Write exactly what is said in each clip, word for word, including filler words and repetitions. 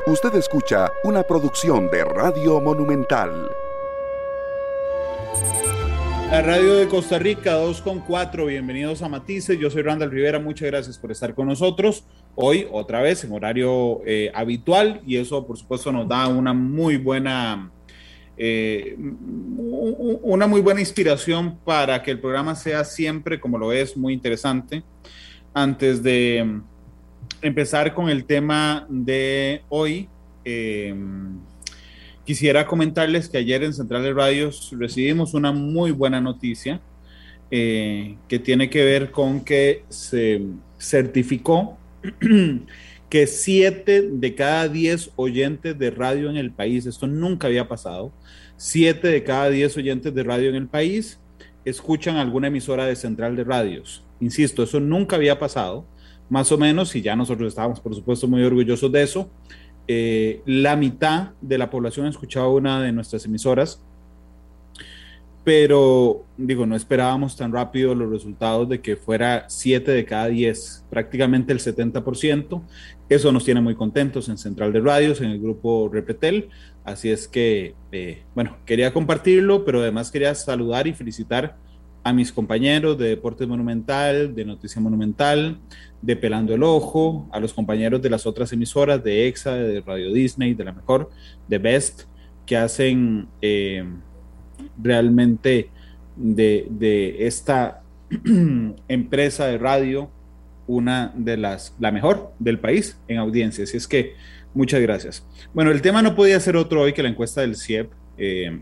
Usted escucha una producción de Radio Monumental. La radio de Costa Rica, dos con cuatro. Bienvenidos a Matices. Yo soy Randall Rivera. Muchas gracias por estar con nosotros. Hoy, otra vez, en horario eh, habitual. Y eso, por supuesto, nos da una muy buena... Eh, una muy buena inspiración para que el programa sea siempre, como lo es, muy interesante. Antes de empezar con el tema de hoy, eh, quisiera comentarles que ayer en Central de Radios recibimos una muy buena noticia eh, que tiene que ver con que se certificó que siete de cada diez oyentes de radio en el país, esto nunca había pasado, siete de cada diez oyentes de radio en el país escuchan alguna emisora de Central de Radios. Insisto, eso nunca había pasado, más o menos, y ya nosotros estábamos, por supuesto, muy orgullosos de eso. Eh, la mitad de la población escuchaba una de nuestras emisoras, pero digo, no esperábamos tan rápido los resultados de que fuera siete de cada diez, prácticamente el setenta por ciento. Eso nos tiene muy contentos en Central de Radios, en el grupo Repetel. Así es que, eh, bueno, quería compartirlo, pero además quería saludar y felicitar a mis compañeros de Deportes Monumental, de Noticia Monumental, de Pelando el Ojo, a los compañeros de las otras emisoras, de EXA, de Radio Disney, de La Mejor, de Best, que hacen eh, realmente de, de esta empresa de radio una de las, la mejor del país en audiencia. Así es que muchas gracias. Bueno, el tema no podía ser otro hoy que la encuesta del C I E P. Eh,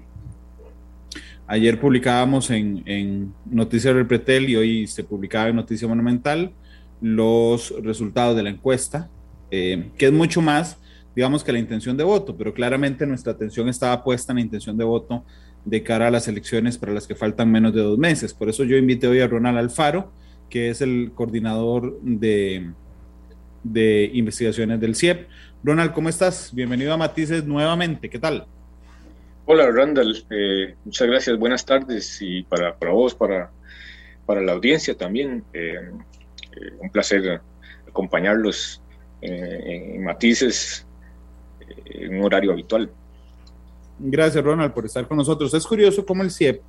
ayer publicábamos en, en Noticias Repretel y hoy se publicaba en Noticia Monumental los resultados de la encuesta, eh, que es mucho más, digamos, que la intención de voto, pero claramente nuestra atención estaba puesta en la intención de voto de cara a las elecciones para las que faltan menos de dos meses. Por eso yo invité hoy a Ronald Alfaro, que es el coordinador de, de investigaciones del C I E P. Ronald, ¿cómo estás? Bienvenido a Matices nuevamente. ¿Qué tal? Hola, Randall. Eh, muchas gracias. Buenas tardes. Y para, para vos, para, para la audiencia también. Eh, eh, un placer acompañarlos eh, en Matices eh, en un horario habitual. Gracias, Ronald, por estar con nosotros. Es curioso cómo el C I E P,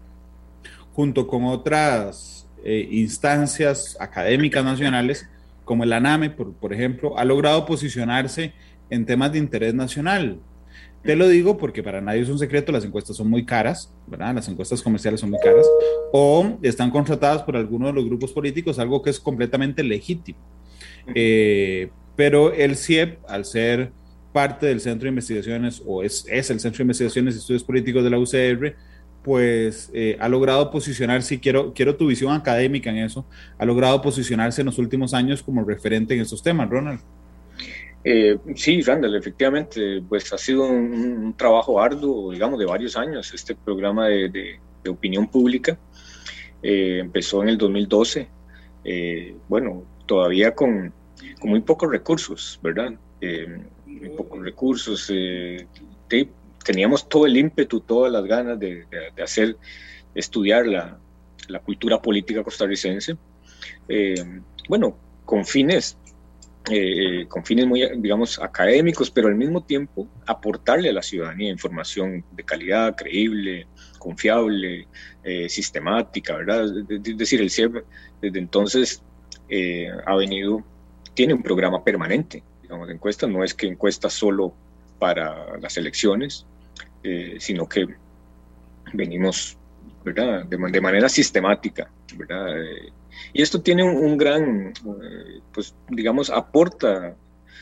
junto con otras eh, instancias académicas nacionales, como el ANAME, por, por ejemplo, ha logrado posicionarse en temas de interés nacional. Te lo digo porque para nadie es un secreto, las encuestas son muy caras, ¿verdad? Las encuestas comerciales son muy caras, o están contratadas por alguno de los grupos políticos, algo que es completamente legítimo. Eh, pero el C I E P, al ser parte del Centro de Investigaciones, o es, es el Centro de Investigaciones y Estudios Políticos de la U C R, pues eh, ha logrado posicionarse, y quiero, quiero tu visión académica en eso, ha logrado posicionarse en los últimos años como referente en estos temas, Ronald. Eh, sí, Randall, efectivamente, pues ha sido un, un trabajo arduo, digamos, de varios años, este programa de, de, de opinión pública. Eh, empezó en el dos mil doce, eh, bueno, todavía con, con muy pocos recursos, ¿verdad? Eh, muy pocos recursos, eh, de, teníamos todo el ímpetu, todas las ganas de, de, de hacer, estudiar la, la cultura política costarricense, eh, bueno, con fines Eh, con fines muy, digamos, académicos, pero al mismo tiempo aportarle a la ciudadanía información de calidad, creíble, confiable, eh, sistemática, ¿verdad? Es decir, el C I E P desde entonces eh, ha venido, tiene un programa permanente, digamos, de encuestas, no es que encuesta solo para las elecciones, eh, sino que venimos, ¿verdad?, de, de manera sistemática, ¿verdad? Eh, Y esto tiene un, un gran, eh, pues digamos, aporta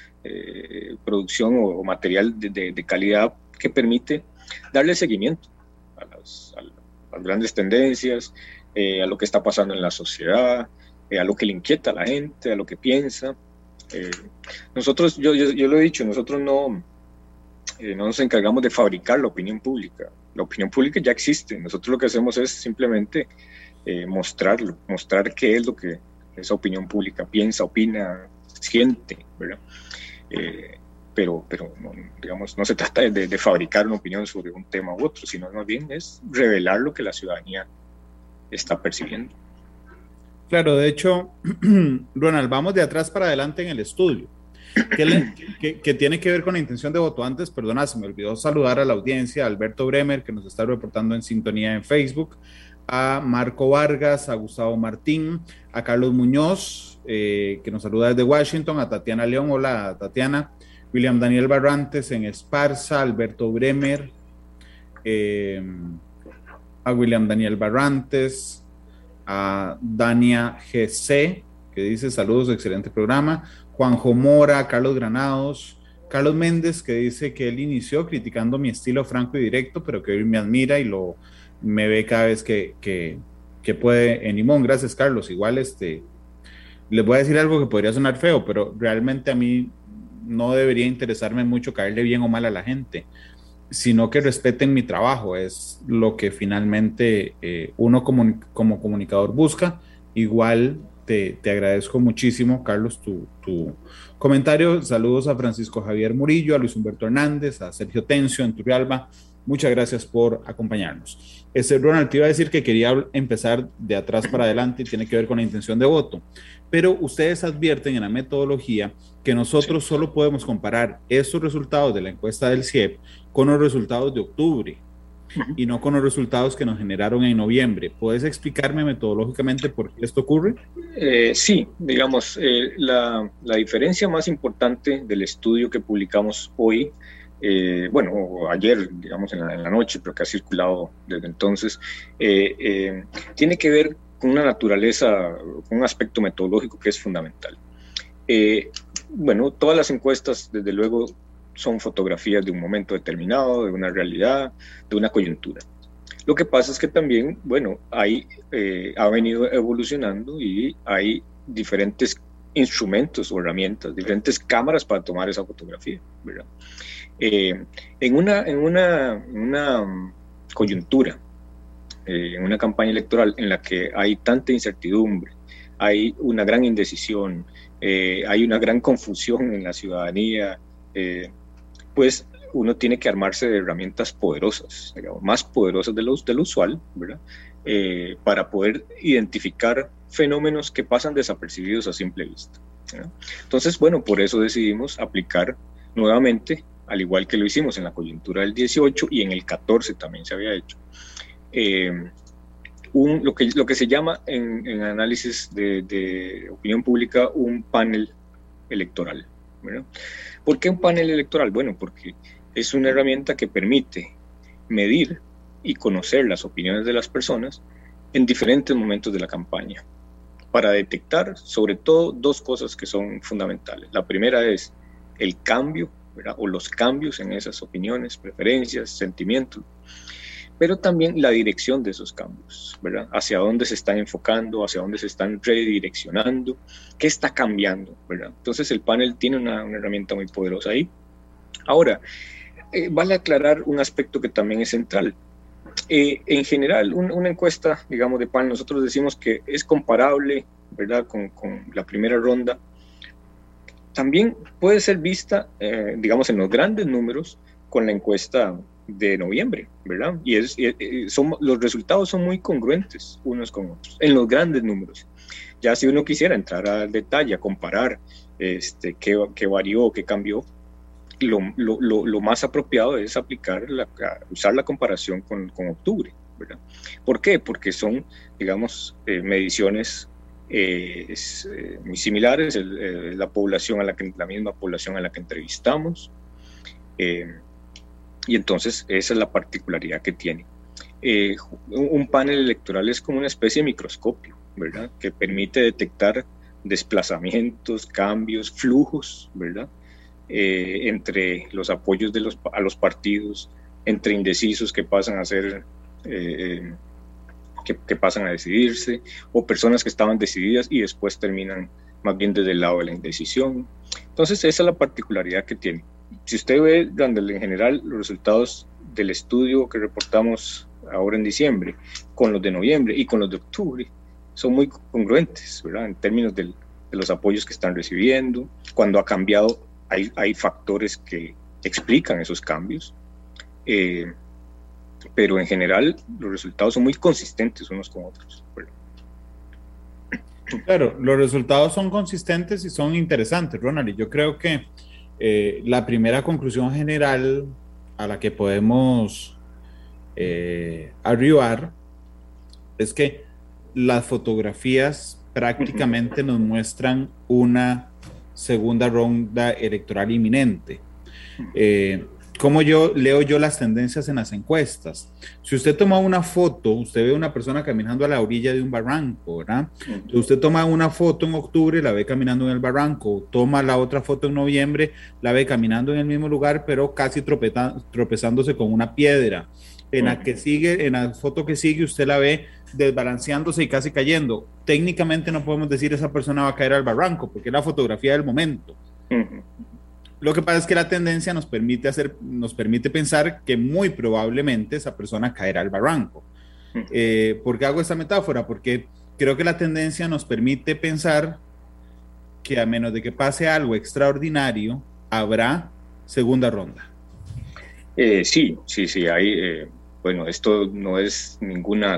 eh, producción o, o material de, de, de calidad que permite darle seguimiento a las, a las grandes tendencias, eh, a lo que está pasando en la sociedad, eh, a lo que le inquieta a la gente, a lo que piensa. Eh, nosotros, yo, yo, yo lo he dicho, nosotros no, eh, no nos encargamos de fabricar la opinión pública. La opinión pública ya existe. Nosotros lo que hacemos es simplemente Eh, mostrarlo, mostrar qué es lo que esa opinión pública piensa, opina, siente, ¿verdad? Eh, pero, pero no, digamos, no se trata de, de fabricar una opinión sobre un tema u otro, sino más bien es revelar lo que la ciudadanía está percibiendo. Claro, de hecho, Ronald, vamos de atrás para adelante en el estudio. ¿Qué, le, que, que tiene que ver con la intención de voto? Antes, perdona, se me olvidó saludar a la audiencia, a Alberto Bremer, que nos está reportando en sintonía en Facebook, a Marco Vargas, a Gustavo Martín, a Carlos Muñoz, eh, que nos saluda desde Washington, a Tatiana León, hola Tatiana, William Daniel Barrantes en Esparza, Alberto Bremer, eh, a William Daniel Barrantes, a Dania G C, que dice saludos, excelente programa, Juanjo Mora, Carlos Granados, Carlos Méndez, que dice que él inició criticando mi estilo franco y directo, pero que hoy me admira y lo me ve cada vez que, que, que puede en Limón. Gracias, Carlos. Igual este, les voy a decir algo que podría sonar feo, pero realmente a mí no debería interesarme mucho caerle bien o mal a la gente, sino que respeten mi trabajo. Es lo que finalmente eh, uno como, como comunicador busca. Igual te, te agradezco muchísimo, Carlos, tu, tu comentario. Saludos a Francisco Javier Murillo, a Luis Humberto Hernández, a Sergio Tencio en Turrialba. Muchas gracias por acompañarnos. Este, Ronald, te iba a decir que quería empezar de atrás para adelante y tiene que ver con la intención de voto, pero ustedes advierten en la metodología que nosotros solo podemos comparar estos resultados de la encuesta del C I E P con los resultados de octubre y no con los resultados que nos generaron en noviembre. ¿Puedes explicarme metodológicamente por qué esto ocurre? Eh, sí, digamos, eh, la, la diferencia más importante del estudio que publicamos hoy, Eh, bueno, ayer, digamos, en la, en la noche, pero que ha circulado desde entonces, eh, eh, tiene que ver con una naturaleza, con un aspecto metodológico que es fundamental. Eh, bueno, todas las encuestas, desde luego, son fotografías de un momento determinado, de una realidad, de una coyuntura. Lo que pasa es que también, bueno, hay, eh, ha venido evolucionando y hay diferentes instrumentos o herramientas, diferentes cámaras para tomar esa fotografía, ¿verdad? Eh, en, una, en, una, en una coyuntura, eh, en una campaña electoral en la que hay tanta incertidumbre, hay una gran indecisión, eh, hay una gran confusión en la ciudadanía, eh, pues uno tiene que armarse de herramientas poderosas, digamos, más poderosas de lo, de lo usual, ¿verdad? Eh, para poder identificar fenómenos que pasan desapercibidos a simple vista, ¿verdad? Entonces, bueno, por eso decidimos aplicar nuevamente, al igual que lo hicimos en la coyuntura del dieciocho y en el catorce también se había hecho, eh, un, lo, que, lo que se llama en, en análisis de, de opinión pública un panel electoral, ¿verdad? ¿Por qué un panel electoral? Bueno, porque es una herramienta que permite medir y conocer las opiniones de las personas en diferentes momentos de la campaña, para detectar sobre todo dos cosas que son fundamentales. La primera es el cambio, ¿verdad? O los cambios en esas opiniones, preferencias, sentimientos, pero también la dirección de esos cambios, ¿verdad? Hacia dónde se están enfocando, hacia dónde se están redireccionando, qué está cambiando, ¿verdad? Entonces el panel tiene una, una herramienta muy poderosa ahí. Ahora, eh, vale aclarar un aspecto que también es central. Eh, en general, un, una encuesta, digamos, de panel, nosotros decimos que es comparable, ¿verdad?, con, con la primera ronda. También puede ser vista, eh, digamos, en los grandes números con la encuesta de noviembre, ¿verdad? Y es, eh, son, los resultados son muy congruentes unos con otros, en los grandes números. Ya si uno quisiera entrar al detalle, a comparar este, qué, qué varió, qué cambió, lo, lo, lo, lo más apropiado es aplicar, la, usar la comparación con, con octubre, ¿verdad? ¿Por qué? Porque son, digamos, eh, mediciones Eh, es, eh, muy similares, el, eh, la población a la que la misma población a la que entrevistamos, eh, y entonces esa es la particularidad que tiene. Eh, un, un panel electoral es como una especie de microscopio, ¿verdad?, que permite detectar desplazamientos, cambios, flujos, ¿verdad?, eh, entre los apoyos de los, a los partidos, entre indecisos que pasan a ser eh, Que, que pasan a decidirse, o personas que estaban decididas y después terminan más bien desde el lado de la indecisión. Entonces esa es la particularidad que tiene. Si usted ve, Randall, en general los resultados del estudio que reportamos ahora en diciembre con los de noviembre y con los de octubre, son muy congruentes, ¿verdad?, en términos del, de los apoyos que están recibiendo. Cuando ha cambiado, hay, hay factores que explican esos cambios, eh, pero en general los resultados son muy consistentes unos con otros. Claro, los resultados son consistentes y son interesantes, Ronald, y yo creo que eh, la primera conclusión general a la que podemos eh, arribar es que las fotografías prácticamente nos muestran una segunda ronda electoral inminente. Eh, ¿Cómo yo leo yo las tendencias en las encuestas? Si usted toma una foto, usted ve una persona caminando a la orilla de un barranco, ¿verdad? Entonces usted toma una foto en octubre, la ve caminando en el barranco, toma la otra foto en noviembre, la ve caminando en el mismo lugar, pero casi tropeza, tropezándose con una piedra. En la que sigue, en la foto que sigue, usted la ve desbalanceándose y casi cayendo. Técnicamente no podemos decir esa persona va a caer al barranco, porque es la fotografía del momento. Uh-huh. Lo que pasa es que la tendencia nos permite, hacer, nos permite pensar que muy probablemente esa persona caerá al barranco. Eh, ¿Por qué hago esta metáfora? Porque creo que la tendencia nos permite pensar que a menos de que pase algo extraordinario, habrá segunda ronda. Eh, sí, sí, sí, hay, eh, bueno, esto no es ninguna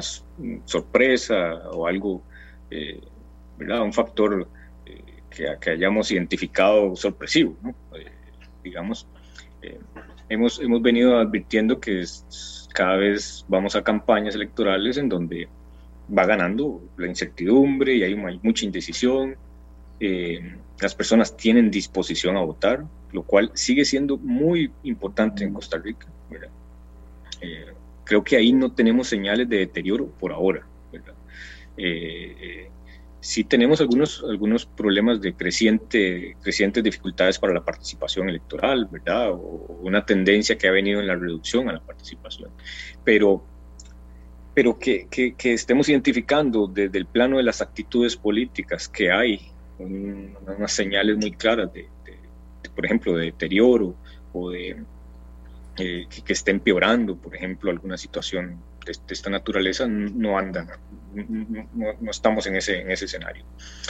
sorpresa o algo, eh, ¿verdad? Un factor eh, que, que hayamos identificado sorpresivo, ¿no? Eh, digamos, eh, hemos, hemos venido advirtiendo que es, cada vez vamos a campañas electorales en donde va ganando la incertidumbre y hay, hay mucha indecisión, eh, las personas tienen disposición a votar, lo cual sigue siendo muy importante en Costa Rica, ¿verdad? Eh, creo que ahí no tenemos señales de deterioro por ahora, ¿verdad? Eh, eh, sí tenemos algunos, algunos problemas de creciente, crecientes dificultades para la participación electoral, ¿verdad? O una tendencia que ha venido en la reducción a la participación. Pero, pero que, que, que estemos identificando desde el plano de las actitudes políticas que hay un, unas señales muy claras de, de, de, por ejemplo, de deterioro o de eh, que, que esté empeorando, por ejemplo, alguna situación de, de esta naturaleza, no andan, no, no, no estamos en ese, en ese escenario.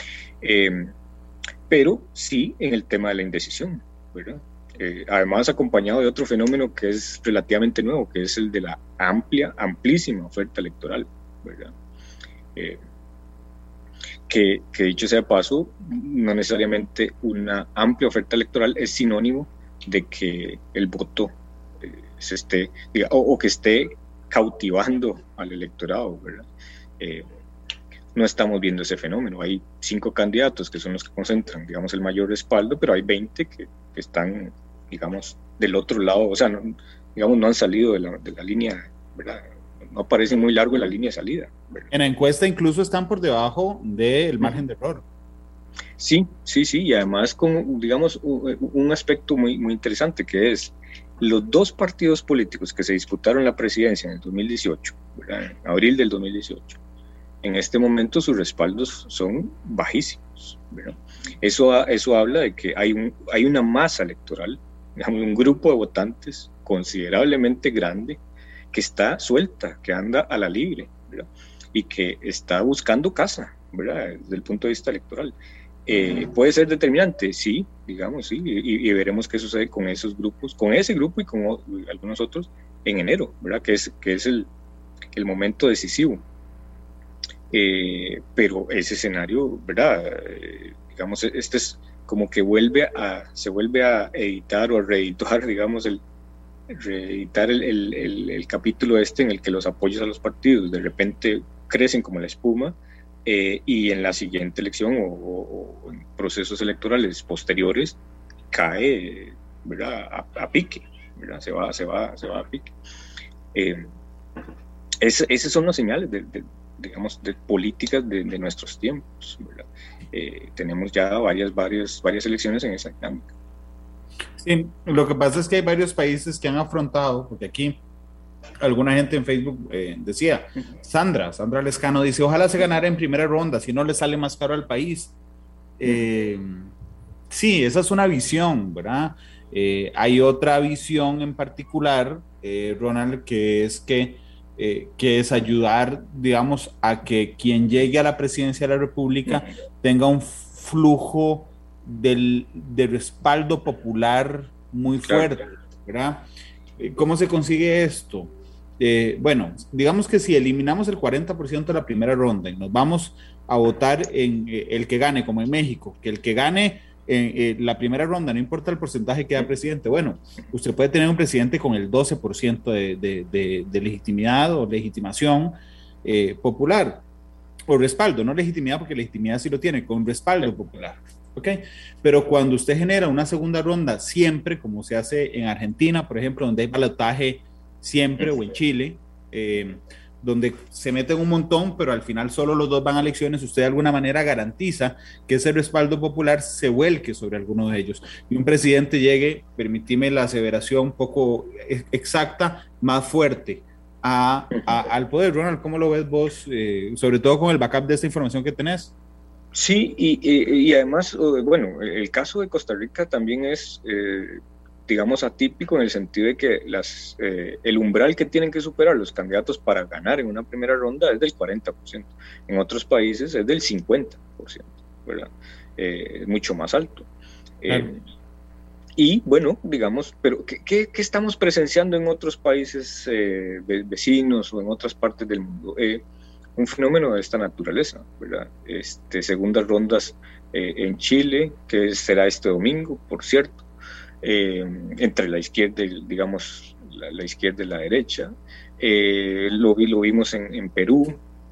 Eh, pero sí en el tema de la indecisión, ¿verdad? Eh, además acompañado de otro fenómeno que es relativamente nuevo, que es el de la amplia, amplísima oferta electoral, ¿verdad? Eh, que, que dicho sea paso, no necesariamente una amplia oferta electoral es sinónimo de que el voto eh, se esté, diga, o, o que esté cautivando al electorado, ¿verdad? Eh, no estamos viendo ese fenómeno. Hay cinco candidatos que son los que concentran, digamos, el mayor respaldo, pero hay veinte que, que están, digamos, del otro lado, o sea, no, digamos, no han salido de la, de la línea, ¿verdad? No parece muy largo la línea de salida, ¿verdad? En la encuesta incluso están por debajo del margen de error. Sí, sí, sí, y además con, digamos, un, un aspecto muy, muy interesante, que es los dos partidos políticos que se disputaron la presidencia en el dos mil dieciocho, ¿verdad? En abril del dos mil dieciocho, en este momento sus respaldos son bajísimos, ¿verdad? Eso, eso habla de que hay, un, hay una masa electoral, digamos, un grupo de votantes considerablemente grande que está suelta, que anda a la libre, ¿verdad? Y que está buscando casa, ¿verdad? Desde el punto de vista electoral. Eh, ¿Puede ser determinante? Sí, digamos, sí, y, y veremos qué sucede con esos grupos, con ese grupo y con o, algunos otros en enero, ¿verdad? Que es, que es el, el momento decisivo. Eh, pero ese escenario, ¿verdad? Eh, digamos, este es como que vuelve a, se vuelve a editar o a reeditar, digamos, el, reeditar el, el, el, el capítulo este en el que los apoyos a los partidos de repente crecen como la espuma, eh, y en la siguiente elección o, o, o en procesos electorales posteriores cae, ¿verdad? A, a pique, ¿verdad? Se va, se va, se va a pique. Eh, es, esas son las señales de, de digamos, de políticas de, de nuestros tiempos, ¿verdad? Eh, tenemos ya varias, varias, varias elecciones en esa dinámica. Sí, lo que pasa es que hay varios países que han afrontado, porque aquí alguna gente en Facebook eh, decía, Sandra, Sandra Lescano dice, ojalá se ganara en primera ronda, si no le sale más caro al país. Eh, sí, esa es una visión, ¿verdad? Eh, hay otra visión en particular, eh, Ronald, que es que Eh, que es ayudar, digamos, a que quien llegue a la presidencia de la República tenga un flujo del, de respaldo popular muy fuerte, ¿verdad? ¿Cómo se consigue esto? Eh, bueno, digamos que si eliminamos el cuarenta por ciento de la primera ronda y nos vamos a votar en eh, el que gane, como en México, que el que gane en eh, la primera ronda, no importa el porcentaje que da presidente, bueno, usted puede tener un presidente con el doce por ciento de, de, de, de legitimidad o legitimación eh, popular, o respaldo, no legitimidad, porque legitimidad sí lo tiene, con respaldo popular. ¿Okay? Pero cuando usted genera una segunda ronda siempre, como se hace en Argentina, por ejemplo, donde hay balotaje siempre, o en Chile, eh, donde se meten un montón, pero al final solo los dos van a elecciones, usted de alguna manera garantiza que ese respaldo popular se vuelque sobre alguno de ellos. Y un presidente llegue, permitime la aseveración un poco exacta, más fuerte a, a, al poder. Ronald, ¿cómo lo ves vos? Eh, sobre todo con el backup de esta información que tenés. Sí, y, y, y además, bueno, el caso de Costa Rica también es... Eh, digamos, atípico en el sentido de que las, eh, el umbral que tienen que superar los candidatos para ganar en una primera ronda es del cuarenta por ciento. En otros países es del cincuenta por ciento, ¿verdad? Eh, es mucho más alto. Claro. Eh, y bueno, digamos, pero ¿qué, qué, qué estamos presenciando en otros países eh, vecinos o en otras partes del mundo? Eh, un fenómeno de esta naturaleza, ¿verdad? Este, segundas rondas eh, en Chile, que será este domingo, por cierto. Eh, entre la izquierda, digamos, la, la izquierda y la derecha. Eh, lo, lo vimos en, en Perú,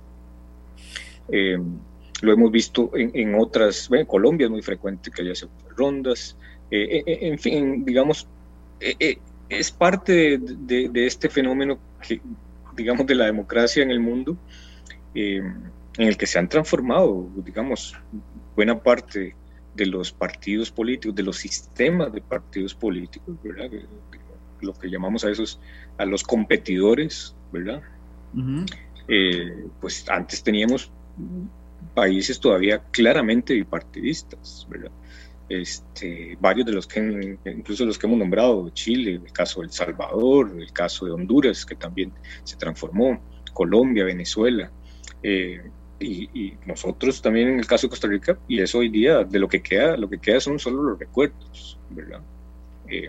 eh, lo hemos visto en, en otras, bueno, en Colombia es muy frecuente que haya segundas rondas, eh, eh, en fin, digamos, eh, eh, es parte de, de, de este fenómeno que, digamos, de la democracia en el mundo, eh, en el que se han transformado, digamos, buena parte de los partidos políticos, de los sistemas de partidos políticos, ¿verdad? Lo que llamamos a esos, a los competidores, ¿verdad? Uh-huh. Eh, pues antes teníamos países todavía claramente bipartidistas, ¿verdad? Este, varios de los que, incluso los que hemos nombrado, Chile, el caso de El Salvador, el caso de Honduras, que también se transformó, Colombia, Venezuela, eh, Y, y nosotros también en el caso de Costa Rica, y eso hoy día de lo que queda, lo que queda son solo los recuerdos, ¿verdad? Eh,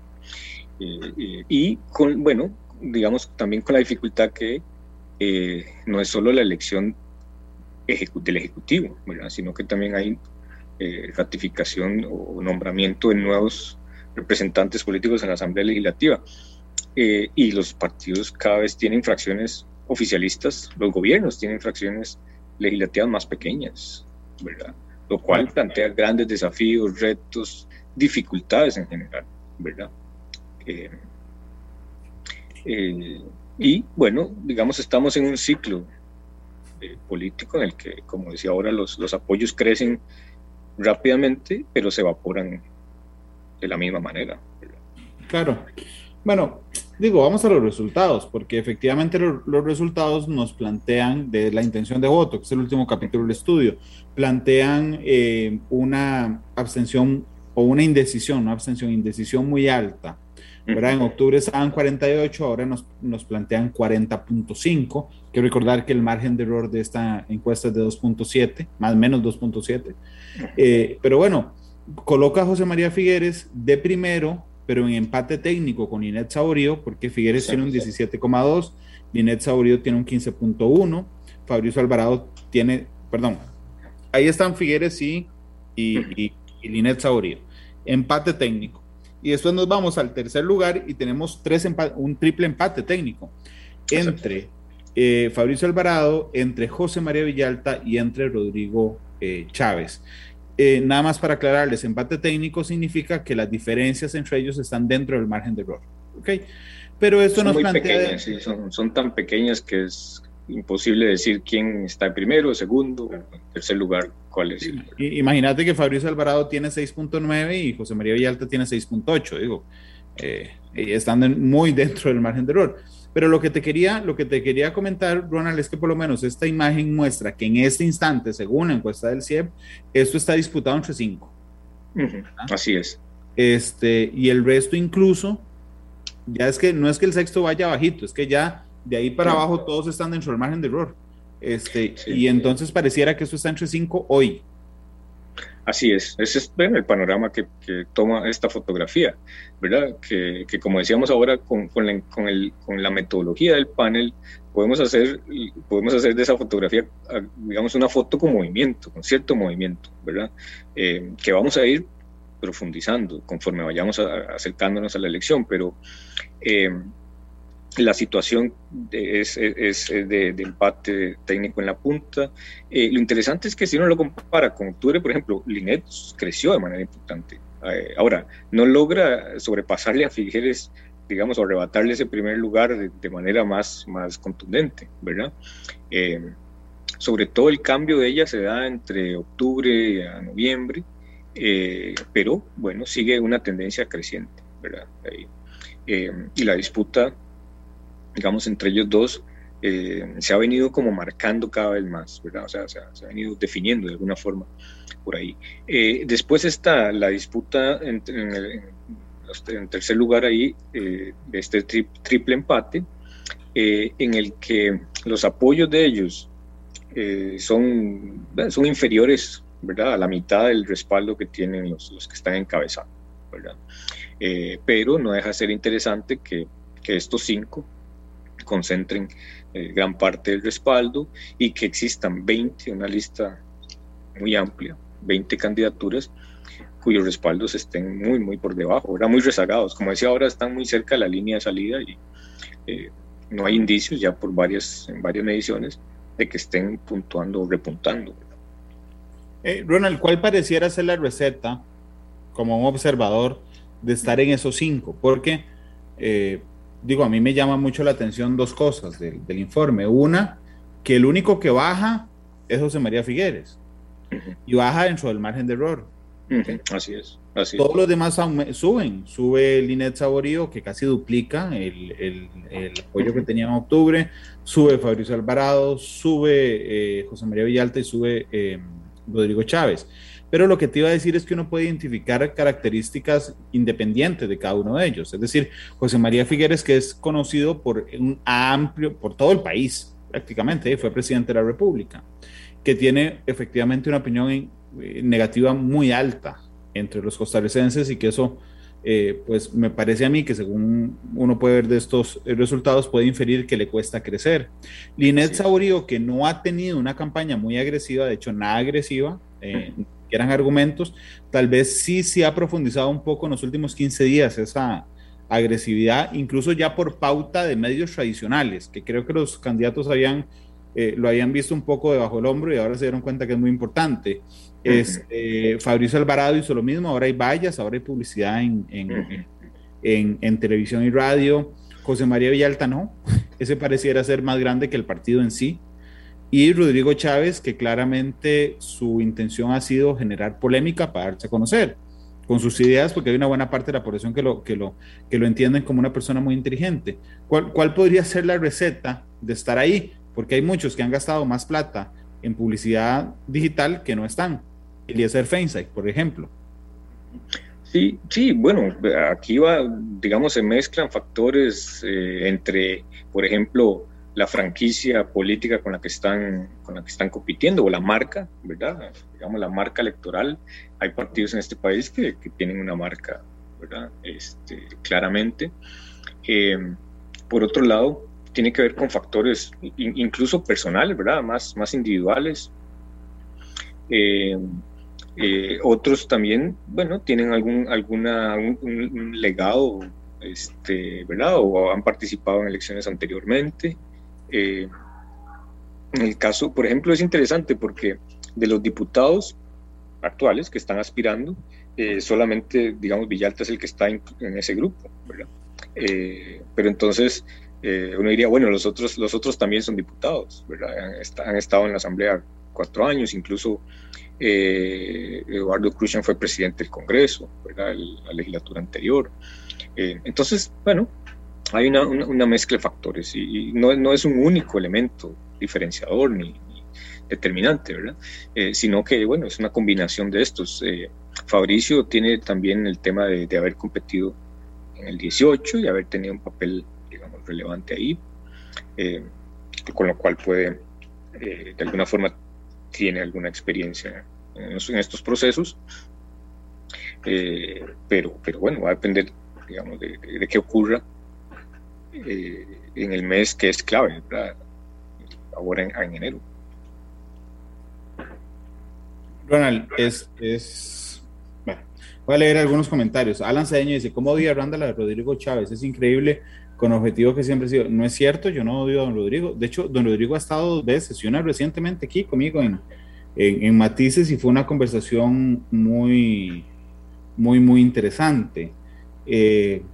eh, y con, bueno, digamos también con la dificultad que eh, no es solo la elección ejecu- del Ejecutivo, ¿verdad? Sino que también hay eh, ratificación o nombramiento de nuevos representantes políticos en la Asamblea Legislativa, eh, y los partidos cada vez tienen fracciones oficialistas, los gobiernos tienen fracciones legislativas más pequeñas, ¿verdad? Lo cual plantea grandes desafíos, retos, dificultades en general, ¿verdad? Eh, eh, y bueno, digamos, estamos en un ciclo eh, político en el que, como decía ahora, los, los apoyos crecen rápidamente, pero se evaporan de la misma manera, ¿verdad? Claro. Bueno, digo, vamos a los resultados, porque efectivamente lo, los resultados nos plantean de la intención de voto, que es el último capítulo del estudio, plantean eh, una abstención o una indecisión, una abstención, indecisión muy alta, ¿verdad? En octubre estaban cuarenta y ocho, ahora nos, nos plantean cuarenta punto cinco. Quiero recordar que el margen de error de esta encuesta es de dos punto siete, más o menos dos punto siete. Eh, pero bueno, coloca a José María Figueres de primero, pero en empate técnico con Linet Saborío, porque Figueres sí, tiene un diecisiete coma dos, Linet Saborío tiene un quince punto uno, Fabricio Alvarado tiene, perdón, ahí están Figueres y, y, y, y Linet Saborío, empate técnico. Y después nos vamos al tercer lugar y tenemos tres empate, un triple empate técnico entre eh, Fabricio Alvarado, entre José María Villalta y entre Rodrigo eh, Chávez. Eh, nada más para aclararles, empate técnico significa que las diferencias entre ellos están dentro del margen de error, ¿ok? Pero esto son nos muy plantea... pequeñas, sí, son, son tan pequeñas que es imposible decir quién está en primero, segundo, tercer lugar, cuál es. Imagínate que Fabricio Alvarado tiene seis punto nueve y José María Villalta tiene seis punto ocho, digo, eh, están muy dentro del margen de error. Pero lo que te quería, lo que te quería comentar, Ronald, es que por lo menos esta imagen muestra que en este instante, según la encuesta del C I E P, esto está disputado entre cinco. Uh-huh. Así es. Este, y el resto incluso, ya es que no es que el sexto vaya bajito, es que ya de ahí para abajo todos están dentro del margen de error. Este, sí, y entonces sí. Pareciera que esto está entre cinco hoy. Así es, ese es bueno, el panorama que, que toma esta fotografía, ¿verdad? Que, que como decíamos ahora, con, con, la, con, el, con la metodología del panel, podemos hacer, podemos hacer de esa fotografía, digamos, una foto con movimiento, con cierto movimiento, ¿verdad? Eh, que vamos a ir profundizando conforme vayamos a, acercándonos a la elección, pero eh, la situación es, es, es de, de empate técnico en la punta. Eh, lo interesante es que si uno lo compara con octubre, por ejemplo, Linet creció de manera importante. Eh, ahora, no logra sobrepasarle a Figueres, digamos, o arrebatarle ese primer lugar de, de manera más, más contundente, ¿verdad? Eh, sobre todo el cambio de ella se da entre octubre a noviembre, eh, pero bueno, sigue una tendencia creciente, ¿verdad? Ahí. Eh, y la disputa, digamos, entre ellos dos, eh, se ha venido como marcando cada vez más, ¿verdad? O sea, se ha, se ha venido definiendo de alguna forma por ahí. Eh, después está la disputa en, en, el, en tercer lugar ahí, eh, de este tri, triple empate, eh, en el que los apoyos de ellos eh, son, son inferiores, ¿verdad?, a la mitad del respaldo que tienen los, los que están encabezando, ¿verdad? Eh, pero no deja de ser interesante que, que estos cinco concentren eh, gran parte del respaldo y que existan veinte, una lista muy amplia, veinte candidaturas cuyos respaldos estén muy, muy por debajo, ¿verdad?, muy rezagados. Como decía, ahora están muy cerca de la línea de salida y eh, no hay indicios ya por varias, en varias mediciones de que estén puntuando o repuntando. Eh, Ronald, ¿cuál pareciera ser la receta, como un observador, de estar en esos cinco? Porque, eh, digo, a mí me llama mucho la atención dos cosas del, del informe. Una, que el único que baja es José María Figueres, uh-huh. y baja dentro del margen de error. Uh-huh. Así es. Así Todos es. los demás suben. Sube Linet Saborío, que casi duplica el, el, el apoyo uh-huh. que tenía en octubre. Sube Fabricio Alvarado, sube eh, José María Villalta y sube eh, Rodrigo Chávez. Pero lo que te iba a decir es que uno puede identificar características independientes de cada uno de ellos. Es decir, José María Figueres, que es conocido por un amplio, por todo el país, prácticamente, fue presidente de la República, que tiene efectivamente una opinión en, eh, negativa muy alta entre los costarricenses, y que eso, eh, pues me parece a mí que según uno puede ver de estos resultados, puede inferir que le cuesta crecer. Linet sí. Saborío, que no ha tenido una campaña muy agresiva, de hecho nada agresiva, eh, uh-huh. que eran argumentos, tal vez sí se sí ha profundizado un poco en los últimos quince días esa agresividad, incluso ya por pauta de medios tradicionales, que creo que los candidatos habían, eh, lo habían visto un poco debajo del hombro y ahora se dieron cuenta que es muy importante. Uh-huh. Es, eh, Fabricio Alvarado hizo lo mismo, ahora hay vallas, ahora hay publicidad en, en, uh-huh. en, en televisión y radio. José María Villalta no, ese pareciera ser más grande que el partido en sí. Y Rodrigo Chávez, que claramente su intención ha sido generar polémica para darse a conocer con sus ideas, porque hay una buena parte de la población que lo, que lo, que lo entienden como una persona muy inteligente. ¿Cuál, cuál podría ser la receta de estar ahí? Porque hay muchos que han gastado más plata en publicidad digital que no están. Eliezer Feinstein, por ejemplo. Sí, sí, bueno, aquí va, digamos, se mezclan factores eh, entre, por ejemplo, la franquicia política con la que están con la que están compitiendo, o la marca, ¿verdad? Digamos, la marca electoral. Hay partidos en este país que, que tienen una marca, ¿verdad? Este, claramente. Eh, por otro lado, tiene que ver con factores in, incluso personales, ¿verdad? Más, más individuales. Eh, eh, otros también, bueno, tienen algún alguna un, un legado, este, ¿verdad? O han participado en elecciones anteriormente. Eh, en el caso, por ejemplo, es interesante porque de los diputados actuales que están aspirando, eh, solamente, digamos, Villalta es el que está en, en ese grupo, ¿verdad? Eh, pero entonces eh, uno diría, bueno, los otros, los otros también son diputados, ¿verdad? Han, est- han estado en la Asamblea cuatro años, incluso eh, Eduardo Crucian fue presidente del Congreso, ¿verdad? El, la legislatura anterior. Eh, entonces, bueno, hay una, una, una mezcla de factores y, y no, no es un único elemento diferenciador ni, ni determinante, ¿verdad? Eh, sino que, bueno, es una combinación de estos. Eh, Fabricio tiene también el tema de, de haber competido en el dieciocho y haber tenido un papel, digamos, relevante ahí, eh, con lo cual puede, eh, de alguna forma, tiene alguna experiencia en, en estos procesos, eh, pero, pero bueno, va a depender, digamos, de, de, de qué ocurra Eh, en el mes que es clave, ¿verdad? ahora en, en enero. Ronald, es, es... Bueno, voy a leer algunos comentarios. Alan Cedeño dice, ¿cómo odia Randa la de Rodrigo Chávez? Es increíble, con objetivo que siempre ha sido. No es cierto, yo no odio a don Rodrigo. De hecho, don Rodrigo ha estado dos veces y una recientemente aquí conmigo en, en, en Matices, y fue una conversación muy, muy, muy interesante. Eh,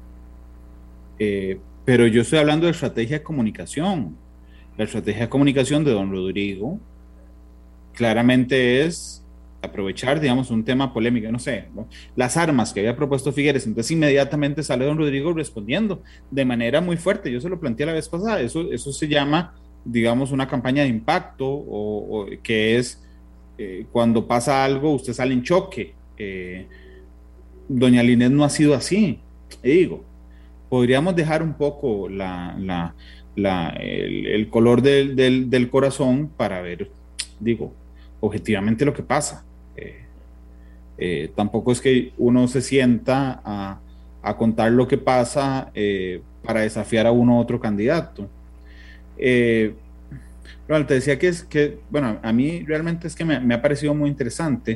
eh, pero yo estoy hablando de estrategia de comunicación. La estrategia de comunicación de don Rodrigo claramente es aprovechar, digamos, un tema polémico, no sé, ¿no? Las armas que había propuesto Figueres. Entonces inmediatamente sale don Rodrigo respondiendo de manera muy fuerte. Yo se lo planteé la vez pasada. Eso, eso se llama, digamos, una campaña de impacto, o, o que es eh, cuando pasa algo, usted sale en choque. Eh, doña Linet no ha sido así. Y digo, podríamos dejar un poco la, la, la, el, el color del, del, del corazón para ver, digo, objetivamente lo que pasa. Eh, eh, tampoco es que uno se sienta a, a contar lo que pasa eh, para desafiar a uno u otro candidato. Eh, bueno, te decía que es que, bueno, a mí realmente es que me, me ha parecido muy interesante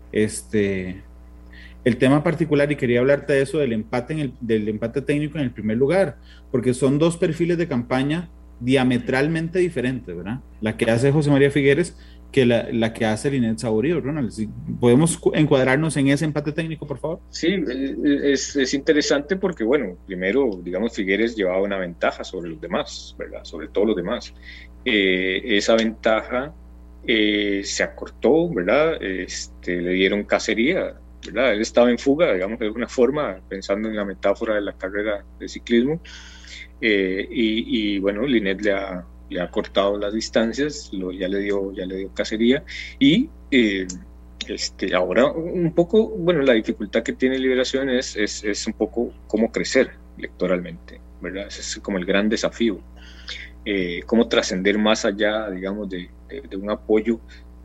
este, el tema particular, y quería hablarte de eso, del empate, en el, del empate técnico en el primer lugar, porque son dos perfiles de campaña diametralmente diferentes, ¿verdad? La que hace José María Figueres que la, la que hace Linet Saborío. Ronald, ¿podemos encuadrarnos en ese empate técnico, por favor? Sí, es, es interesante porque, bueno, primero, digamos, Figueres llevaba una ventaja sobre los demás, ¿verdad? Sobre todos los demás. Eh, esa ventaja eh, se acortó, ¿verdad? Este, le dieron cacería, ¿verdad? Él estaba en fuga, digamos, de alguna forma, pensando en la metáfora de la carrera de ciclismo. Eh, y, y, bueno, Linet le ha... le ha cortado las distancias, lo, ya, le dio, ya le dio cacería, y eh, este, ahora un poco, bueno, la dificultad que tiene Liberación es, es, es un poco cómo crecer electoralmente, ¿verdad? Ese es como el gran desafío, eh, cómo trascender más allá, digamos, de, de, de un apoyo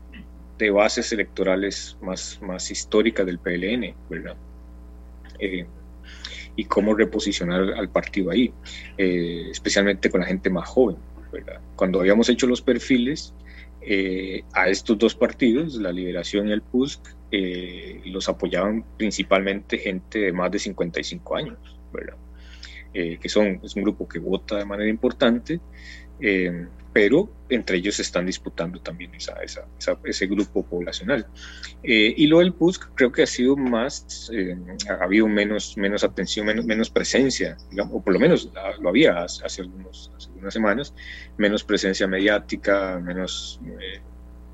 de bases electorales más, más históricas del P L N, ¿verdad? Eh, y cómo reposicionar al partido ahí, eh, especialmente con la gente más joven, ¿verdad? Cuando habíamos hecho los perfiles eh, a estos dos partidos, la Liberación y el P U S C, eh, los apoyaban principalmente gente de más de cincuenta y cinco años, ¿verdad? Eh, que son, es un grupo que vota de manera importante, eh, pero entre ellos se están disputando también esa, esa, esa, ese grupo poblacional. Eh, y lo del P U S C creo que ha sido más, eh, ha habido menos, menos atención, menos, menos presencia, digamos, o por lo menos lo había hace, hace, algunos, hace algunas semanas, menos presencia mediática, menos, eh,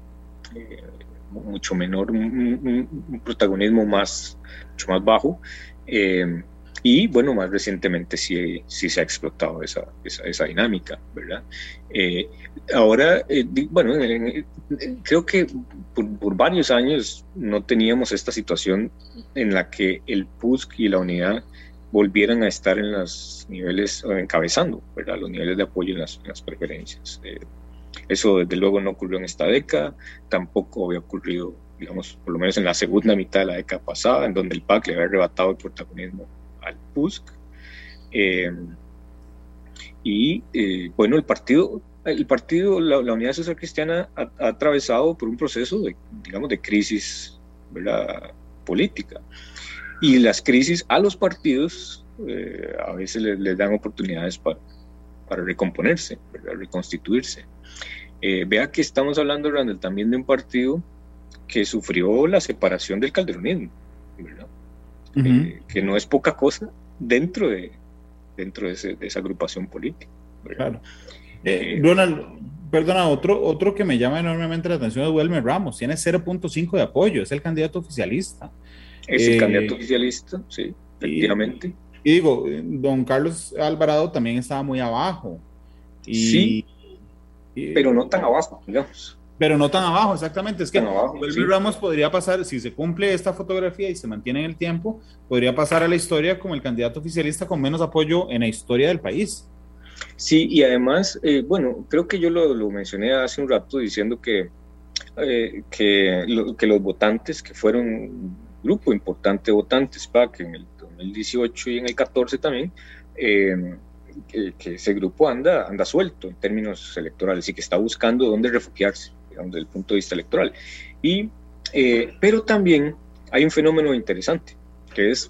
eh, mucho menor, un, un protagonismo más, mucho más bajo. Eh, Y bueno, más recientemente sí, sí se ha explotado esa, esa, esa dinámica, ¿verdad? Eh, ahora, eh, bueno, eh, creo que por, por varios años no teníamos esta situación en la que el P U S C y la unidad volvieran a estar en los niveles, encabezando, ¿verdad? Los niveles de apoyo en las, en las preferencias. Eh, eso desde luego no ocurrió en esta década, tampoco había ocurrido, digamos, por lo menos en la segunda mitad de la década pasada, en donde el P A C le había arrebatado el protagonismo al P U S C. Eh, y eh, bueno, el partido, el partido la, la Unidad Social Cristiana ha, ha atravesado por un proceso de, digamos, de crisis, ¿verdad?, política. Y las crisis a los partidos eh, a veces les, les dan oportunidades para, para recomponerse, ¿verdad?, reconstituirse. Eh, vea que estamos hablando, Randall, también de un partido que sufrió la separación del calderonismo, ¿verdad? Uh-huh. eh, que no es poca cosa dentro de, dentro de, ese, de esa agrupación política, ¿verdad? Claro. Eh, Ronald, perdona, otro, otro que me llama enormemente la atención es Wilmer Ramos, tiene cero punto cinco de apoyo, es el candidato oficialista. Es eh, el candidato oficialista, sí, efectivamente. Y, y digo, don Carlos Alvarado también estaba muy abajo. Y, sí, y, pero no tan abajo, digamos. Pero no tan abajo, exactamente. Es que Wilmer sí. Ramos podría pasar, si se cumple esta fotografía y se mantiene en el tiempo, podría pasar a la historia como el candidato oficialista con menos apoyo en la historia del país. Sí, y además, eh, bueno, creo que yo lo, lo mencioné hace un rato diciendo que, eh, que, lo, que los votantes, que fueron un grupo importante de votantes, P A C, en el dos mil dieciocho y en el catorce también, eh, que, que ese grupo anda, anda suelto en términos electorales y que está buscando dónde refugiarse, digamos, desde el punto de vista electoral. Y, eh, pero también hay un fenómeno interesante, que es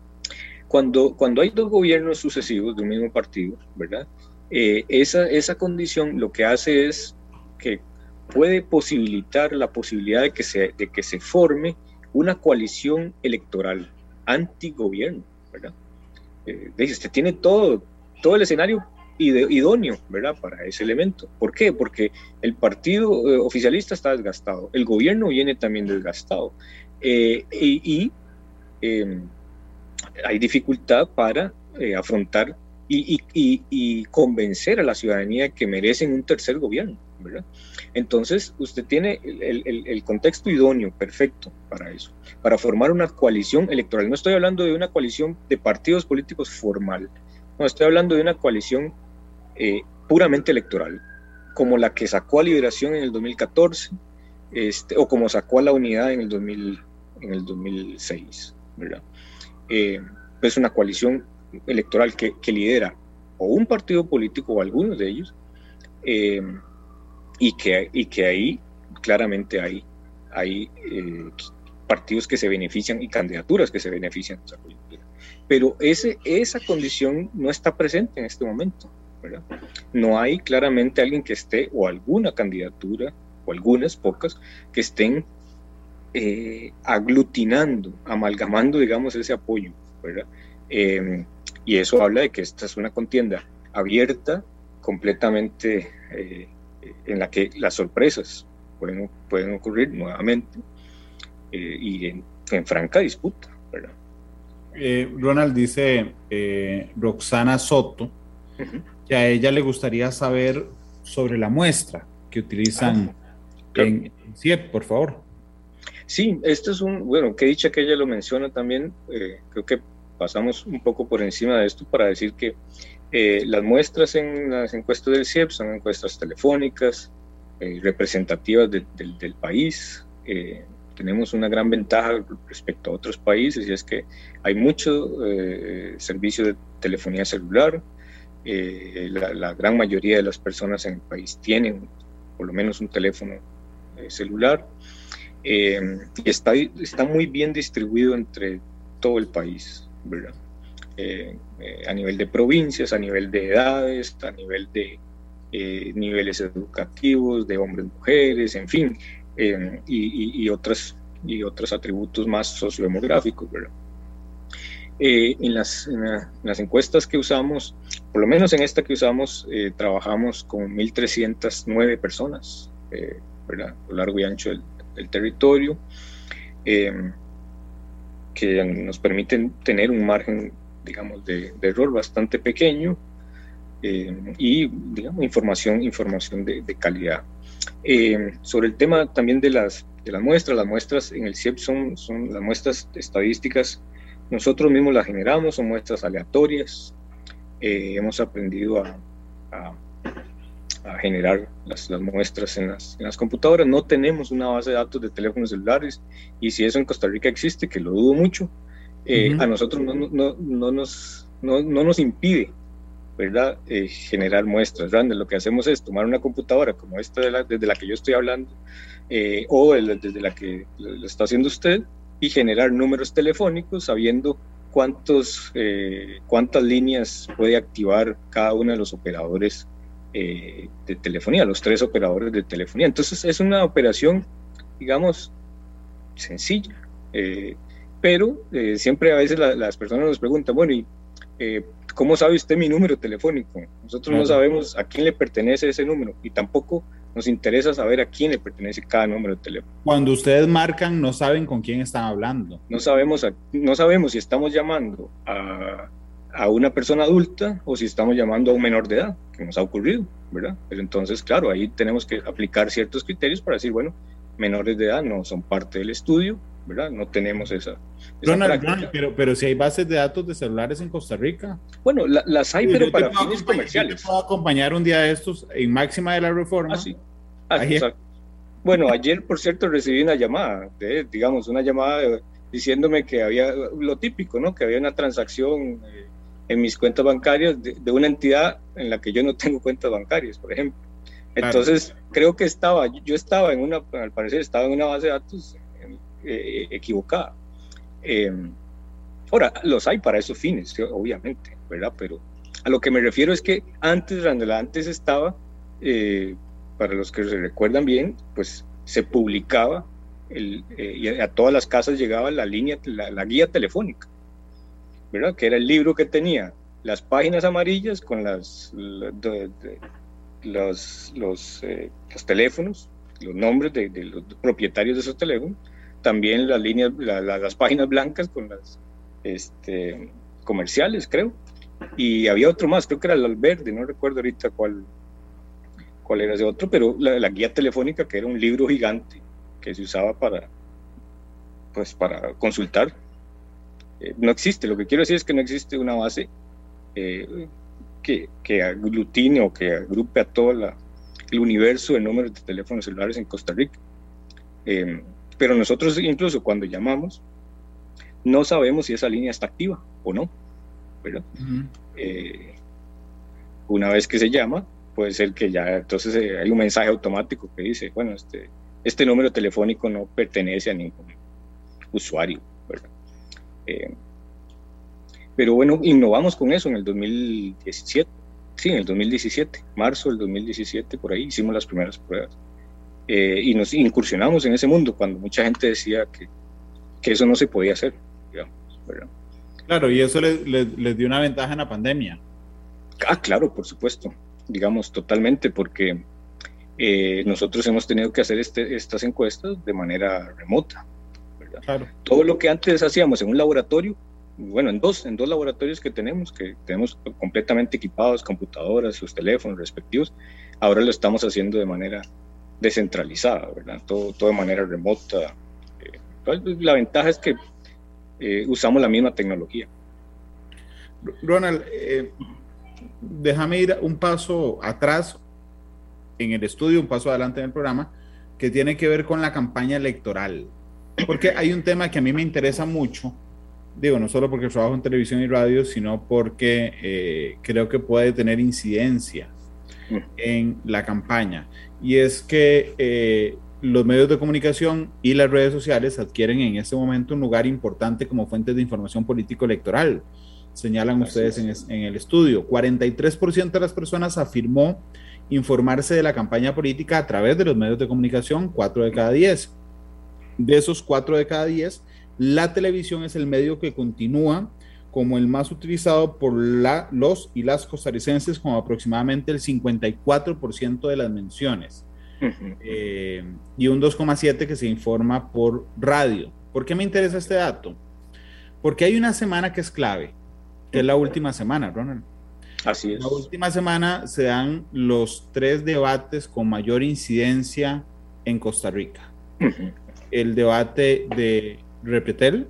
cuando, cuando hay dos gobiernos sucesivos de un mismo partido, ¿verdad? Eh, esa, esa condición lo que hace es que puede posibilitar la posibilidad de que se, de que se forme una coalición electoral antigobierno, ¿verdad? Eh, usted tiene todo, todo el escenario idóneo, ¿verdad?, para ese elemento. ¿Por qué? Porque el partido eh, oficialista está desgastado, el gobierno viene también desgastado, eh, y, y eh, hay dificultad para eh, afrontar y, y, y, y convencer a la ciudadanía que merecen un tercer gobierno, ¿verdad? Entonces, usted tiene el, el, el contexto idóneo, perfecto para eso, para formar una coalición electoral. No estoy hablando de una coalición de partidos políticos formal, no, estoy hablando de una coalición eh, puramente electoral, como la que sacó a Liberación en el dos mil catorce, este, o como sacó a la Unidad en el, dos mil, en el dos mil seis, ¿verdad? Eh, es una coalición electoral que, que lidera o un partido político o algunos de ellos, eh, y, que, y que ahí claramente hay, hay eh, partidos que se benefician y candidaturas que se benefician de esa coyuntura. Pero ese, esa condición no está presente en este momento, ¿verdad? No hay claramente alguien que esté, o alguna candidatura, o algunas pocas, que estén eh, aglutinando, amalgamando, digamos, ese apoyo, ¿verdad? Eh, y eso habla de que esta es una contienda abierta, completamente eh, en la que las sorpresas pueden, pueden ocurrir nuevamente, eh, y en, en franca disputa, ¿verdad? Eh, Ronald dice, eh, Roxana Soto, uh-huh, que a ella le gustaría saber sobre la muestra que utilizan, ah, claro, en C I E P, por favor. Sí, esto es un, bueno, qué dicha que ella lo menciona también, eh, creo que pasamos un poco por encima de esto para decir que eh, las muestras en las encuestas del C I E P son encuestas telefónicas, eh, representativas de, de, del país. Eh, tenemos una gran ventaja respecto a otros países, y es que hay mucho eh, servicio de telefonía celular. Eh, la, la gran mayoría de las personas en el país tienen por lo menos un teléfono eh, celular, eh, y está, está muy bien distribuido entre todo el país, ¿verdad? Eh, eh, a nivel de provincias, a nivel de edades, a nivel de eh, niveles educativos, de hombres, mujeres, en fin, eh, y, y, y, otras, y otros atributos más sociodemográficos, ¿verdad? Eh, en, las, en, la, en las encuestas que usamos, por lo menos en esta que usamos, eh, trabajamos con mil trescientas nueve personas, eh, ¿verdad?, a lo largo y ancho del, del territorio, eh, que nos permiten tener un margen, digamos, de, de error bastante pequeño, eh, y, digamos, información, información de, de calidad. Eh, sobre el tema también de las, de las muestras, las muestras en el C I E P son, son las muestras estadísticas, nosotros mismos las generamos, son muestras aleatorias. Eh, hemos aprendido a, a, a generar las, las muestras en las, en las computadoras. No tenemos una base de datos de teléfonos celulares, y si eso en Costa Rica existe, que lo dudo mucho, eh, uh-huh, a nosotros no, no, no, nos, no, no nos impide, ¿verdad?, eh, generar muestras. ¿Verdad? Lo que hacemos es tomar una computadora como esta de la, desde la que yo estoy hablando, eh, o desde la que lo está haciendo usted, y generar números telefónicos sabiendo cuántos, eh, cuántas líneas puede activar cada uno de los operadores eh, de telefonía, los tres operadores de telefonía. Entonces es una operación, digamos, sencilla, eh, pero eh, siempre a veces la, las personas nos preguntan, bueno, ¿y eh, cómo sabe usted mi número telefónico? Nosotros no sabemos a quién le pertenece ese número, y tampoco nos interesa saber a quién le pertenece cada número de teléfono. Cuando ustedes marcan, no saben con quién están hablando. No sabemos, a, no sabemos si estamos llamando a, a una persona adulta o si estamos llamando a un menor de edad, que nos ha ocurrido, ¿verdad? Pero entonces, claro, ahí tenemos que aplicar ciertos criterios para decir, bueno, menores de edad no son parte del estudio, ¿verdad? No tenemos esa, esa Ronald, Ronald, pero, pero si hay bases de datos de celulares en Costa Rica. Bueno, la, las hay, yo pero para fines comerciales. Yo te puedo acompañar un día de estos en Máxima de la Reforma. Ah, sí. Ah, bueno, ayer, por cierto, recibí una llamada, de, digamos, una llamada de, diciéndome que había lo típico, ¿no? Que había una transacción eh, en mis cuentas bancarias de, de una entidad en la que yo no tengo cuentas bancarias, por ejemplo. Entonces, claro, creo que estaba, yo estaba en una, al parecer estaba en una base de datos eh, equivocada. Eh, ahora, los hay para esos fines, obviamente, ¿verdad? Pero a lo que me refiero es que antes, Randall, antes estaba, eh, para los que se recuerdan bien, pues se publicaba, el, eh, y a todas las casas llegaba la línea, la, la guía telefónica, ¿verdad? Que era el libro que tenía las páginas amarillas con las, la, de, de, los, los, eh, los teléfonos, los nombres de, de los propietarios de esos teléfonos, también las líneas, la, la, las páginas blancas con las este, comerciales, creo, y había otro más, creo que era el verde, no recuerdo ahorita cuál, cuál era ese otro, pero la, la guía telefónica, que era un libro gigante que se usaba para, pues, para consultar. Eh, no existe, lo que quiero decir es que no existe una base eh, que, que aglutine o que agrupe a todo la, el universo de números de teléfonos celulares en Costa Rica. Eh, pero nosotros incluso cuando llamamos no sabemos si esa línea está activa o no, ¿verdad? Uh-huh. Eh, una vez que se llama, puede ser que ya entonces eh, hay un mensaje automático que dice, bueno, este, este número telefónico no pertenece a ningún usuario, ¿verdad? Eh, pero bueno, innovamos con eso en el dos mil diecisiete, sí, en el dos mil diecisiete, marzo del dos mil diecisiete, por ahí hicimos las primeras pruebas. Eh, y nos incursionamos en ese mundo cuando mucha gente decía que, que eso no se podía hacer, digamos, ¿verdad? Claro, y eso les le, le dio una ventaja en la pandemia. Ah, claro, por supuesto, digamos, totalmente, porque eh, nosotros hemos tenido que hacer este, estas encuestas de manera remota, ¿verdad? Claro. Todo lo que antes hacíamos en un laboratorio, bueno, en dos, en dos laboratorios que tenemos, que tenemos completamente equipados, computadoras, sus teléfonos respectivos, ahora lo estamos haciendo de manera descentralizada, ¿verdad? Todo, todo de manera remota. Eh, la ventaja es que eh, usamos la misma tecnología. Ronald, eh, déjame ir un paso atrás en el estudio, un paso adelante en el programa, que tiene que ver con la campaña electoral. Porque hay un tema que a mí me interesa mucho, digo, no solo porque trabajo en televisión y radio, sino porque eh, creo que puede tener incidencia en la campaña, y es que eh, los medios de comunicación y las redes sociales adquieren en este momento un lugar importante como fuentes de información político-electoral. Señalan Así ustedes en, es, en el estudio, cuarenta y tres por ciento de las personas afirmó informarse de la campaña política a través de los medios de comunicación, cuatro de cada diez. De esos cuatro de cada diez, la televisión es el medio que continúa como el más utilizado por la, los y las costarricenses, con aproximadamente el cincuenta y cuatro por ciento de las menciones, uh-huh. eh, y un dos coma siete por ciento que se informa por radio. ¿Por qué me interesa este dato? Porque hay una semana que es clave, que es la última semana, Ronald. Así es. La última semana se dan los tres debates con mayor incidencia en Costa Rica. Uh-huh. El debate de Repretel,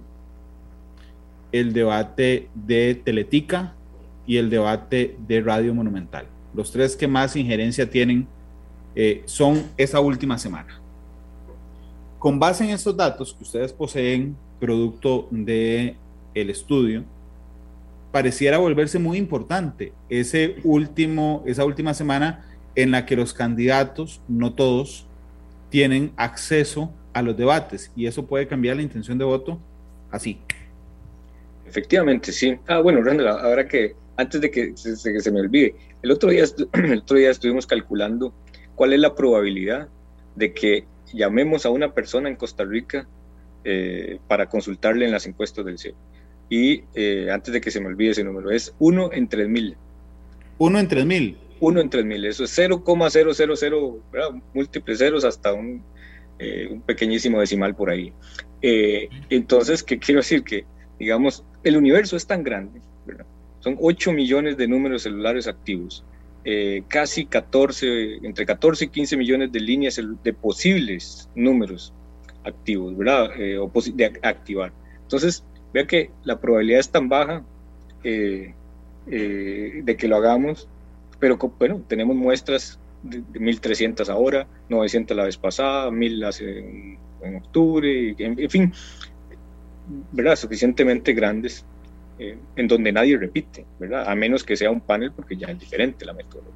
el debate de Teletica y el debate de Radio Monumental. Los tres que más injerencia tienen eh, son esa última semana. Con base en estos datos que ustedes poseen, producto del estudio, pareciera volverse muy importante ese último, esa última semana en la que los candidatos, no todos, tienen acceso a los debates, y eso puede cambiar la intención de voto así. Efectivamente, sí. Ah, bueno, Randall, ahora que, antes de que se, de que se me olvide, el otro, día, el otro día estuvimos calculando cuál es la probabilidad de que llamemos a una persona en Costa Rica eh, para consultarle en las encuestas del C I E. Y eh, antes de que se me olvide ese número, es uno en tres mil. ¿Uno en tres mil? Uno en tres mil, eso es cero coma cero cero cero, ¿verdad? Múltiples ceros hasta un, eh, un pequeñísimo decimal por ahí. Eh, entonces, ¿qué quiero decir? Que digamos, el universo es tan grande, ¿verdad? Son ocho millones de números celulares activos, eh, casi catorce, entre catorce y quince millones de líneas de posibles números activos, ¿verdad? Eh, o de activar. Entonces, vea que la probabilidad es tan baja eh, eh, de que lo hagamos, pero bueno, tenemos muestras de, de mil trescientas ahora, novecientas la vez pasada, mil hace en, en octubre, en, en fin, ¿verdad? Suficientemente grandes eh, en donde nadie repite, ¿verdad? A menos que sea un panel, porque ya es diferente la metodología.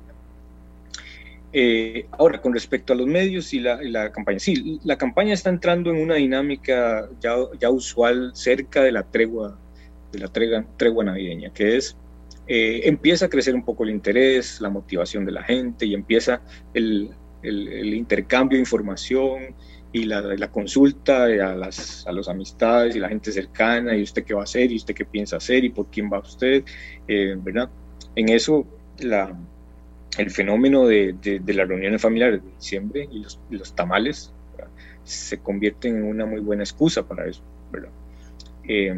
Eh, ahora, con respecto a los medios y la, y la campaña, sí, la campaña está entrando en una dinámica ya, ya usual cerca de la tregua, de la tregua, tregua navideña, que es, eh, empieza a crecer un poco el interés, la motivación de la gente, y empieza el, el, el intercambio de información y la, la consulta a las a los amistades y la gente cercana, y usted qué va a hacer, y usted qué piensa hacer, y por quién va usted, eh, ¿verdad? En eso, la... el fenómeno de, de, de las reuniones familiares de diciembre y los, y los tamales, ¿verdad?, se convierten en una muy buena excusa para eso, ¿verdad? Eh,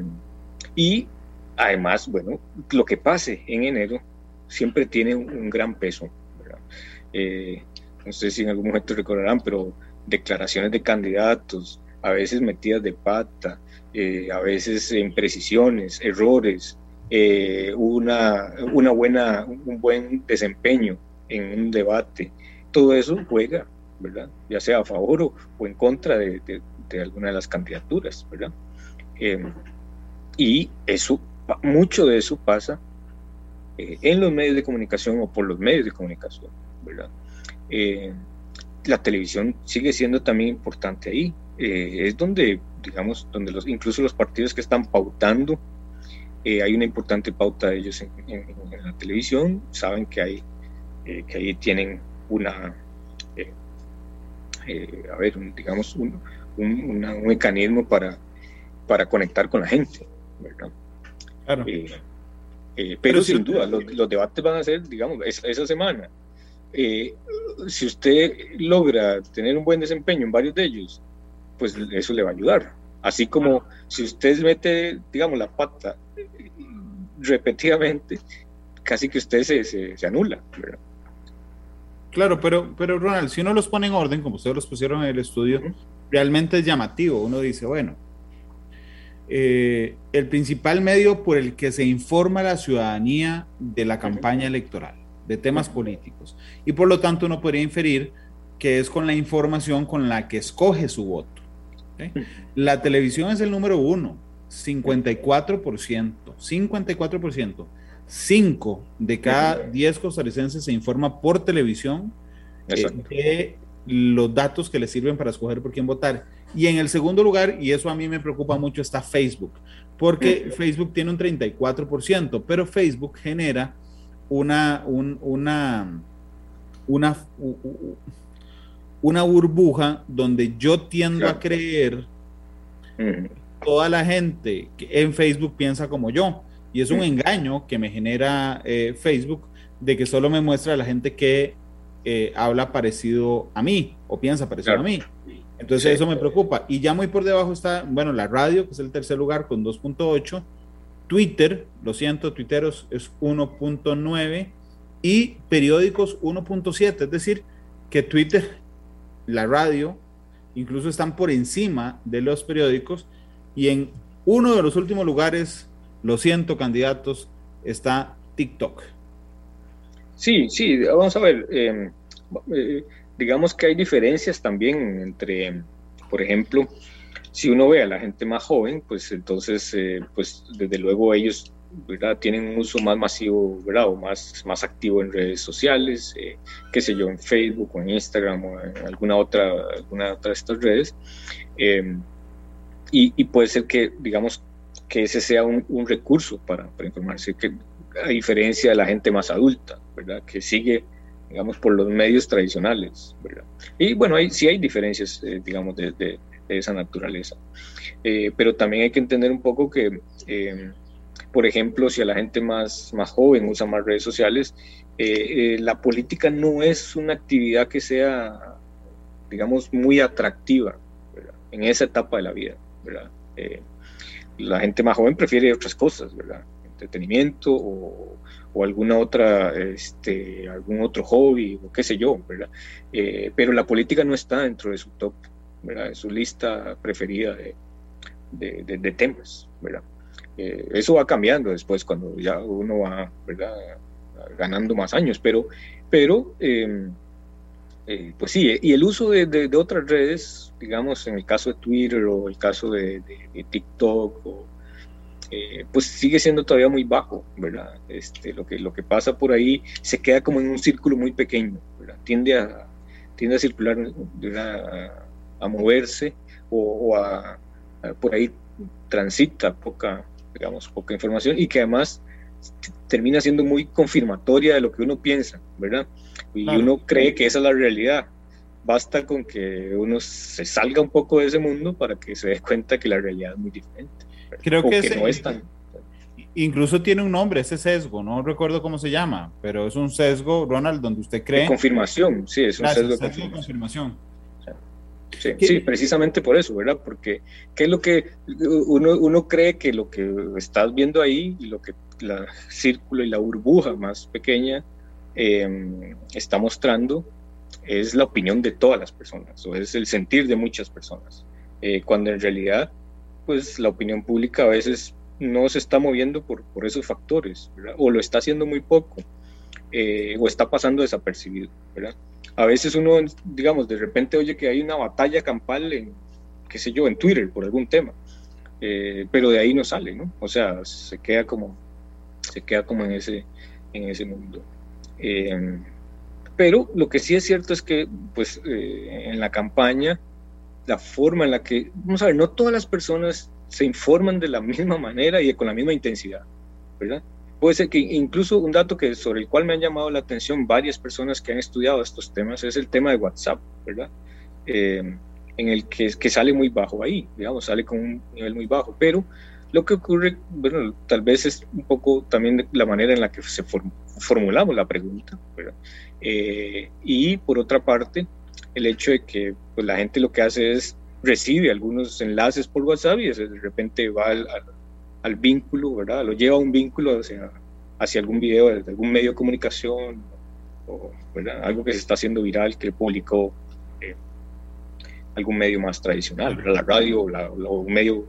y además, bueno, lo que pase en enero siempre tiene un, un gran peso, ¿verdad? Eh, no sé si en algún momento recordarán, pero declaraciones de candidatos, a veces metidas de pata, eh, a veces imprecisiones, errores, Eh, una, una buena, un buen desempeño en un debate, todo eso juega, ¿verdad? Ya sea a favor o, o en contra de, de, de alguna de las candidaturas, ¿verdad? Eh, y eso, mucho de eso pasa eh, en los medios de comunicación o por los medios de comunicación, ¿verdad? Eh, la televisión sigue siendo también importante ahí, eh, es donde, digamos, donde los, incluso los partidos que están pautando, Eh, hay una importante pauta de ellos en, en, en la televisión, saben que, hay, eh, que ahí tienen una, eh, eh, a ver, un, digamos, un, un, una, un mecanismo para, para conectar con la gente, ¿verdad? Claro. Eh, eh, pero, pero sin si duda, los, los debates van a ser, digamos, esa, esa semana. Eh, si usted logra tener un buen desempeño en varios de ellos, pues eso le va a ayudar. Así como si usted mete, digamos, la pata repetidamente, casi que usted se, se, se anula, ¿verdad? Claro, pero, pero Ronald, si uno los pone en orden, como ustedes los pusieron en el estudio, uh-huh, realmente es llamativo. Uno dice, bueno, eh, el principal medio por el que se informa a la ciudadanía de la campaña uh-huh. electoral, de temas uh-huh. políticos, y por lo tanto uno podría inferir que es con la información con la que escoge su voto. ¿Okay? Uh-huh. La televisión es el número uno, cincuenta y cuatro por ciento, cincuenta y cuatro por ciento. cinco de cada diez costarricenses se informa por televisión eh, de los datos que les sirven para escoger por quién votar. Y en el segundo lugar, y eso a mí me preocupa mucho, está Facebook, porque uh-huh. Facebook tiene un treinta y cuatro por ciento, pero Facebook genera una, un, una, una, una burbuja donde yo tiendo claro. a creer uh-huh. toda la gente que en Facebook piensa como yo. Y es un engaño que me genera eh, Facebook de que solo me muestra a la gente que eh, habla parecido a mí o piensa parecido claro. a mí. Entonces sí. eso me preocupa. Y ya muy por debajo está, bueno, la radio, que es el tercer lugar con dos punto ocho. Twitter, lo siento, tuiteros es uno punto nueve. Y periódicos uno punto siete. Es decir, que Twitter, la radio, incluso están por encima de los periódicos. Y en uno de los últimos lugares, lo siento, candidatos, está TikTok. Sí, sí, vamos a ver, eh, eh, digamos que hay diferencias también entre, por ejemplo, si uno ve a la gente más joven, pues entonces, eh, pues desde luego ellos, ¿verdad?, tienen un uso más masivo, ¿verdad?, o más, más activo en redes sociales, eh, qué sé yo, en Facebook o en Instagram o en alguna otra, alguna otra de estas redes, eh, y, y puede ser que, digamos, que ese sea un, un recurso para, para informarse, que a diferencia de la gente más adulta, ¿verdad?, que sigue, digamos, por los medios tradicionales, ¿verdad? Y bueno, hay, sí hay diferencias, eh, digamos, de, de, de esa naturaleza. Eh, pero también hay que entender un poco que, eh, por ejemplo, si a la gente más, más joven usa más redes sociales, eh, eh, la política no es una actividad que sea, digamos, muy atractiva, ¿verdad?, en esa etapa de la vida, ¿verdad? Eh, la gente más joven prefiere otras cosas, ¿verdad? Entretenimiento o, o alguna otra, este, algún otro hobby o qué sé yo, ¿verdad? Eh, pero la política no está dentro de su top, ¿verdad?, de su lista preferida de, de, de, de temas, ¿verdad? Eh, eso va cambiando después cuando ya uno va, ¿verdad?, ganando más años, pero, pero eh, eh, pues sí, y el uso de, de, de otras redes, digamos, en el caso de Twitter o el caso de, de, de TikTok o eh, pues sigue siendo todavía muy bajo, ¿verdad? Este, lo, que, lo que pasa por ahí se queda como en un círculo muy pequeño, ¿verdad? Tiende a, tiende a circular, a, a moverse o, o a, a por ahí transita poca, digamos, poca información, y que además termina siendo muy confirmatoria de lo que uno piensa, ¿verdad? Y claro, uno cree que esa es la realidad. Basta con que uno se salga un poco de ese mundo para que se dé cuenta que la realidad es muy diferente. Creo que, que ese, no es tan... incluso tiene un nombre, ese sesgo, no recuerdo cómo se llama, pero es un sesgo, Ronald, donde usted cree... De confirmación, sí, es un Gracias, sesgo, sesgo de confirmación. Sí, sí, precisamente por eso, ¿verdad? Porque ¿qué es lo que uno, uno cree que lo que estás viendo ahí y lo que el círculo y la burbuja más pequeña eh, está mostrando es la opinión de todas las personas, o es el sentir de muchas personas, eh, cuando en realidad, pues la opinión pública a veces no se está moviendo por, por esos factores, ¿verdad? O lo está haciendo muy poco, eh, o está pasando desapercibido, ¿verdad? A veces uno, digamos, de repente oye que hay una batalla campal en, qué sé yo, en Twitter por algún tema, eh, pero de ahí no sale, ¿no? O sea, se queda como, se queda como en ese, en ese mundo. Eh, pero lo que sí es cierto es que, pues, eh, en la campaña, la forma en la que, vamos a ver, no todas las personas se informan de la misma manera y con la misma intensidad, ¿verdad? Puede ser que incluso un dato que sobre el cual me han llamado la atención varias personas que han estudiado estos temas es el tema de WhatsApp, ¿verdad? Eh, en el que, que sale muy bajo ahí, digamos, sale con un nivel muy bajo, pero lo que ocurre, bueno, tal vez es un poco también la manera en la que se form, formulamos la pregunta, ¿verdad? Eh, y por otra parte, el hecho de que pues, la gente lo que hace es recibe algunos enlaces por WhatsApp y de repente va al, al al vínculo, ¿verdad? Lo lleva a un vínculo hacia, hacia algún video de algún medio de comunicación, o, ¿verdad? Algo que se está haciendo viral, que publicó eh, algún medio más tradicional, ¿verdad? La radio, o, la, o un medio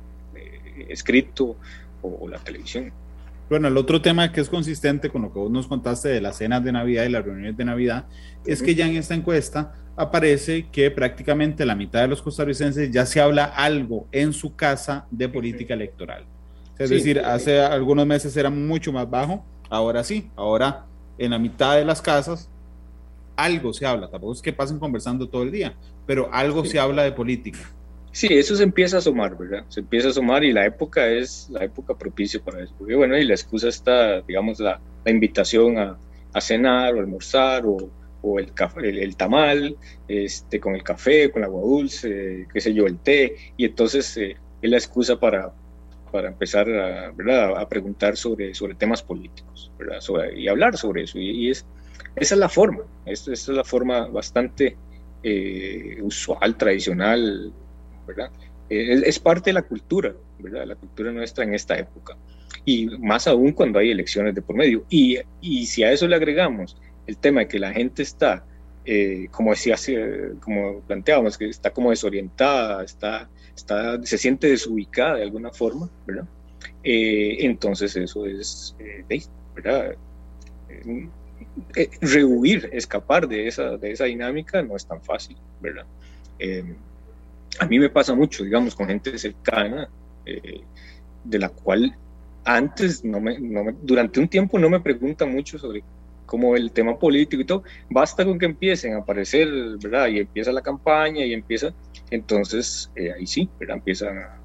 eh, escrito, o, o la televisión. Bueno, el otro tema que es consistente con lo que vos nos contaste de las cenas de Navidad y las reuniones de Navidad, uh-huh. es que ya en esta encuesta aparece que prácticamente la mitad de los costarricenses ya se habla algo en su casa de política uh-huh. electoral. Es sí, decir, hace algunos meses era mucho más bajo, ahora sí, ahora en la mitad de las casas algo se habla, tampoco es que pasen conversando todo el día, pero algo sí. se habla de política. Sí, eso se empieza a asomar, ¿verdad? Se empieza a asomar y la época es la época propicia para eso. Porque bueno, y la excusa está, digamos, la, la invitación a, a cenar o almorzar o, o el, café, el, el tamal, este, con el café, con el agua dulce, qué sé yo, el té, y entonces eh, es la excusa para, para empezar a, ¿verdad? a preguntar sobre, sobre temas políticos, ¿verdad? Sobre, y hablar sobre eso. Y, y es, esa es la forma, esa es la forma bastante eh, usual, tradicional, ¿verdad? Es, es parte de la cultura, ¿verdad? La cultura nuestra en esta época. Y más aún cuando hay elecciones de por medio. Y, y si a eso le agregamos el tema de que la gente está, eh, como decía, como planteábamos, que está como desorientada, está, está, se siente desubicada de alguna forma, ¿verdad? Eh, entonces eso es, eh, ¿verdad? Eh, eh, rehuir, escapar de esa, de esa dinámica no es tan fácil, ¿verdad? Eh, a mí me pasa mucho, digamos, con gente cercana, eh, de la cual antes, no me, no me, durante un tiempo no me preguntan mucho sobre cómo el tema político y todo, basta con que empiecen a aparecer, ¿verdad? Y empieza la campaña y empieza, entonces eh, ahí sí, ¿verdad? Empiezan a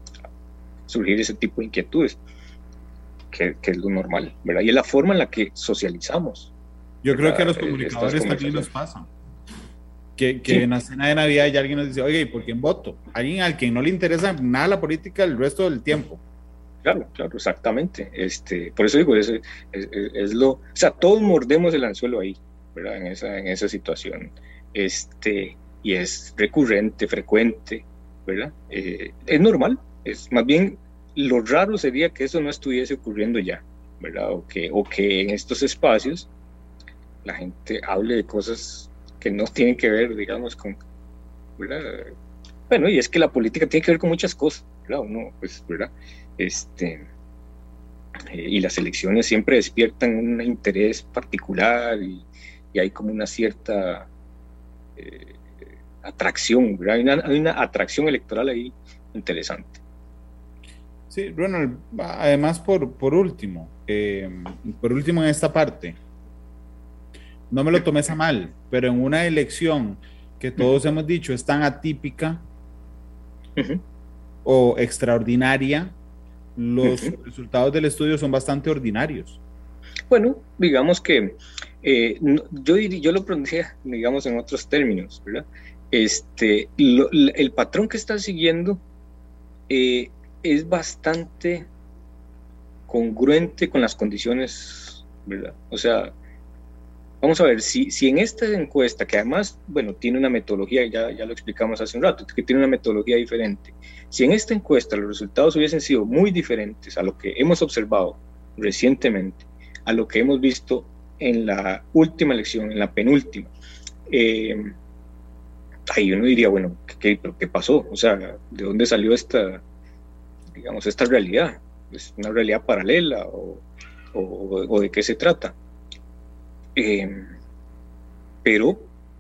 surgir ese tipo de inquietudes, que, que es lo normal, ¿verdad? Y es la forma en la que socializamos. Yo creo que a los comunicadores también nos pasa. Que, que sí. en la cena de Navidad ya alguien nos dice, oye, ¿y por quién voto? Alguien al que no le interesa nada la política el resto del tiempo. Claro, claro, exactamente. Este, por eso digo, es, es, es, es lo, o sea, todos mordemos el anzuelo ahí, ¿verdad? En esa, en esa situación. Este, y es recurrente, frecuente, ¿verdad? Eh, es normal, es más bien lo raro sería que eso no estuviese ocurriendo ya, ¿verdad? O que, o que en estos espacios la gente hable de cosas que no tienen que ver, digamos, con, ¿verdad? Bueno, y es que la política tiene que ver con muchas cosas, ¿verdad? Uno, pues, ¿verdad? Este, eh, y las elecciones siempre despiertan un interés particular y, y hay como una cierta eh, atracción, ¿verdad? Hay una, hay una atracción electoral ahí interesante. Sí, Ronald, además por, por último, eh, por último en esta parte, no me lo tomes a mal, pero en una elección que todos uh-huh. hemos dicho es tan atípica uh-huh. o extraordinaria, los uh-huh. resultados del estudio son bastante ordinarios. Bueno, digamos que eh, no, yo, diría, yo lo pondría, digamos, en otros términos, ¿verdad? Este, lo, el patrón que está siguiendo eh, es bastante congruente con las condiciones, ¿verdad? O sea, vamos a ver, si, si en esta encuesta, que además, bueno, tiene una metodología, ya, ya lo explicamos hace un rato, que tiene una metodología diferente, si en esta encuesta los resultados hubiesen sido muy diferentes a lo que hemos observado recientemente, a lo que hemos visto en la última elección, en la penúltima, eh, ahí uno diría, bueno, ¿qué, qué, ¿qué pasó? O sea, ¿de dónde salió esta, digamos, esta realidad? ¿Es una realidad paralela o, o, o de qué se trata? Eh, pero,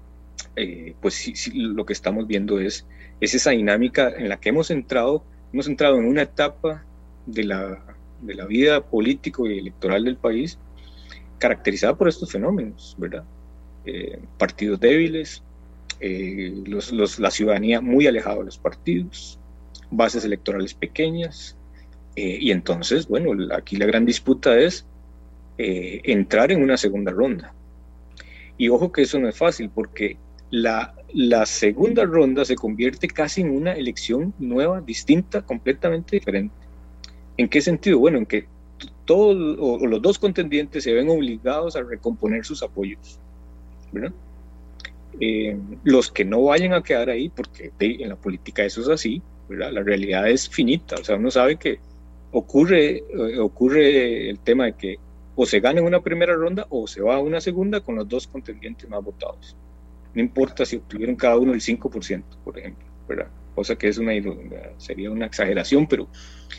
eh, pues sí, sí, lo que estamos viendo es, es esa dinámica en la que hemos entrado, hemos entrado en una etapa de la, de la vida político y electoral del país caracterizada por estos fenómenos, ¿verdad? Eh, partidos débiles, eh, los, los, la ciudadanía muy alejada de los partidos, bases electorales pequeñas, eh, y entonces, bueno, aquí la gran disputa es eh, entrar en una segunda ronda. Y ojo que eso no es fácil, porque la, la segunda ronda se convierte casi en una elección nueva, distinta, completamente diferente. ¿En qué sentido? Bueno, en que todos o, o los dos contendientes se ven obligados a recomponer sus apoyos, ¿verdad? Eh, los que no vayan a quedar ahí, porque de, en la política eso es así, ¿verdad? La realidad es finita, o sea, uno sabe que ocurre, eh, ocurre el tema de que o se gana en una primera ronda o se va a una segunda con los dos contendientes más votados. No importa si obtuvieron cada uno el cinco por ciento, por ejemplo, ¿verdad? Cosa que es una, sería una exageración, pero,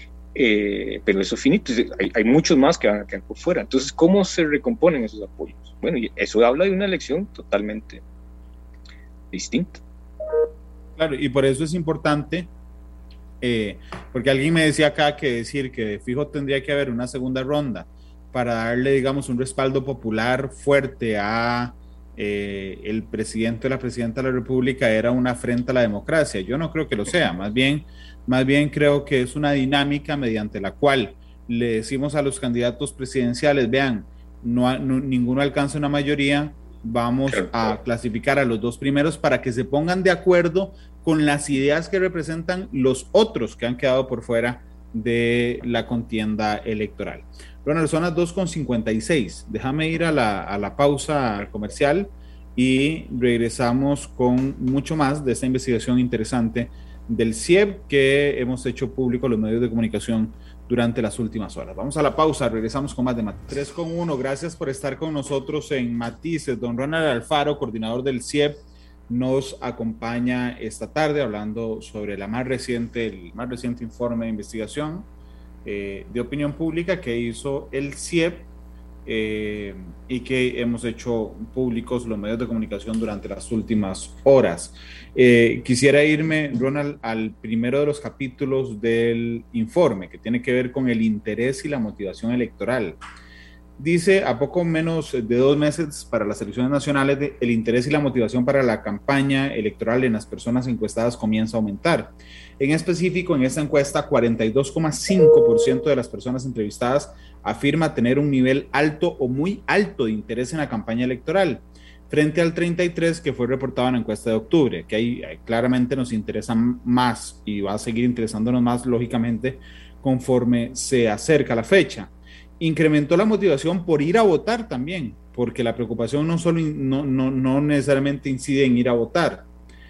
eh, pero eso es finito. Hay, hay muchos más que van a quedar por fuera. Entonces, ¿cómo se recomponen esos apoyos? Bueno, eso habla de una elección totalmente distinta. Claro, y por eso es importante, eh, porque alguien me decía acá que decir que de fijo tendría que haber una segunda ronda para darle, digamos, un respaldo popular fuerte a eh, el presidente o la presidenta de la República era una afrenta a la democracia. Yo no creo que lo sea, más bien, más bien creo que es una dinámica mediante la cual le decimos a los candidatos presidenciales, vean, no, no, ninguno alcanza una mayoría, vamos a clasificar a los dos primeros para que se pongan de acuerdo con las ideas que representan los otros que han quedado por fuera de la contienda electoral. Bueno, son las dos con cincuenta y seis. Déjame ir a la, a la pausa comercial y regresamos con mucho más de esta investigación interesante del C I E B que hemos hecho público los medios de comunicación durante las últimas horas. Vamos a la pausa, regresamos con más de Matices. tres con uno, gracias por estar con nosotros en Matices. Don Ronald Alfaro, coordinador del C I E B, nos acompaña esta tarde hablando sobre la más reciente, el más reciente informe de investigación eh, de opinión pública que hizo el C I E B eh, y que hemos hecho públicos los medios de comunicación durante las últimas horas. Eh, quisiera irme, Ronald, al primero de los capítulos del informe, que tiene que ver con el interés y la motivación electoral. Dice, a poco menos de dos meses para las elecciones nacionales, de, el interés y la motivación para la campaña electoral en las personas encuestadas comienza a aumentar. En específico, en esta encuesta, cuarenta y dos coma cinco por ciento de las personas entrevistadas afirma tener un nivel alto o muy alto de interés en la campaña electoral, frente al treinta y tres por ciento que fue reportado en la encuesta de octubre, que ahí, ahí claramente nos interesa más y va a seguir interesándonos más, lógicamente, conforme se acerca la fecha. Incrementó la motivación por ir a votar también, porque la preocupación no, solo, no, no, no necesariamente incide en ir a votar.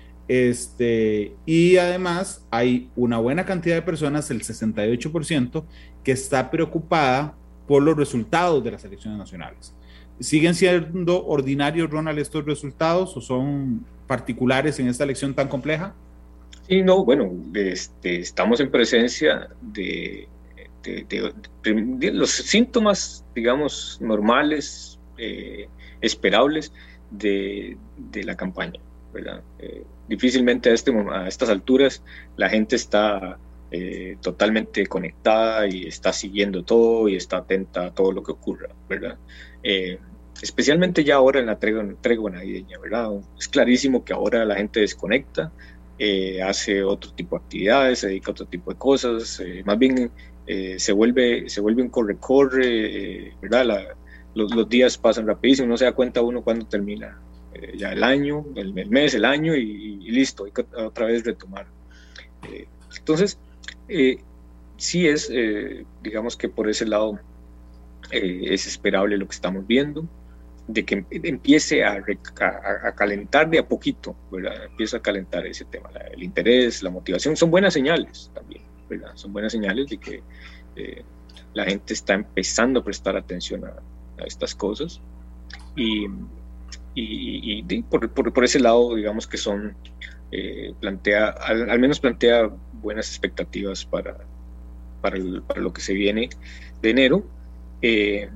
Este, y además hay una buena cantidad de personas, el sesenta y ocho por ciento, que está preocupada por los resultados de las elecciones nacionales. ¿Siguen siendo ordinarios, Ronald, estos resultados o son particulares en esta elección tan compleja? Sí, no, bueno, este, estamos en presencia de... De, de, de, de los síntomas, digamos, normales, eh, esperables de, de la campaña, ¿verdad? Eh, difícilmente a, este, a estas alturas la gente está eh, totalmente conectada y está siguiendo todo y está atenta a todo lo que ocurra, ¿verdad? Eh, especialmente ya ahora en la tregua, tregua navideña, ¿verdad? Es clarísimo que ahora la gente desconecta, eh, hace otro tipo de actividades, se dedica a otro tipo de cosas, eh, más bien eh, se, vuelve, se vuelve un corre-corre, eh, ¿verdad? La, los, los días pasan rapidísimo, no se da cuenta uno cuándo termina eh, ya el año, el, el mes, el año y, y listo, hay que otra vez retomar. Eh, entonces, eh, sí es, eh, digamos que por ese lado eh, es esperable lo que estamos viendo, de que empiece a, a, a calentar de a poquito, ¿verdad? Empieza a calentar ese tema, la, el interés, la motivación, son buenas señales también, ¿verdad? Son buenas señales de que eh, la gente está empezando a prestar atención a, a estas cosas y, y, y, y por, por, por ese lado, digamos que son, eh, plantea, al, al menos plantea buenas expectativas para, para, el, para lo que se viene de enero. Eh,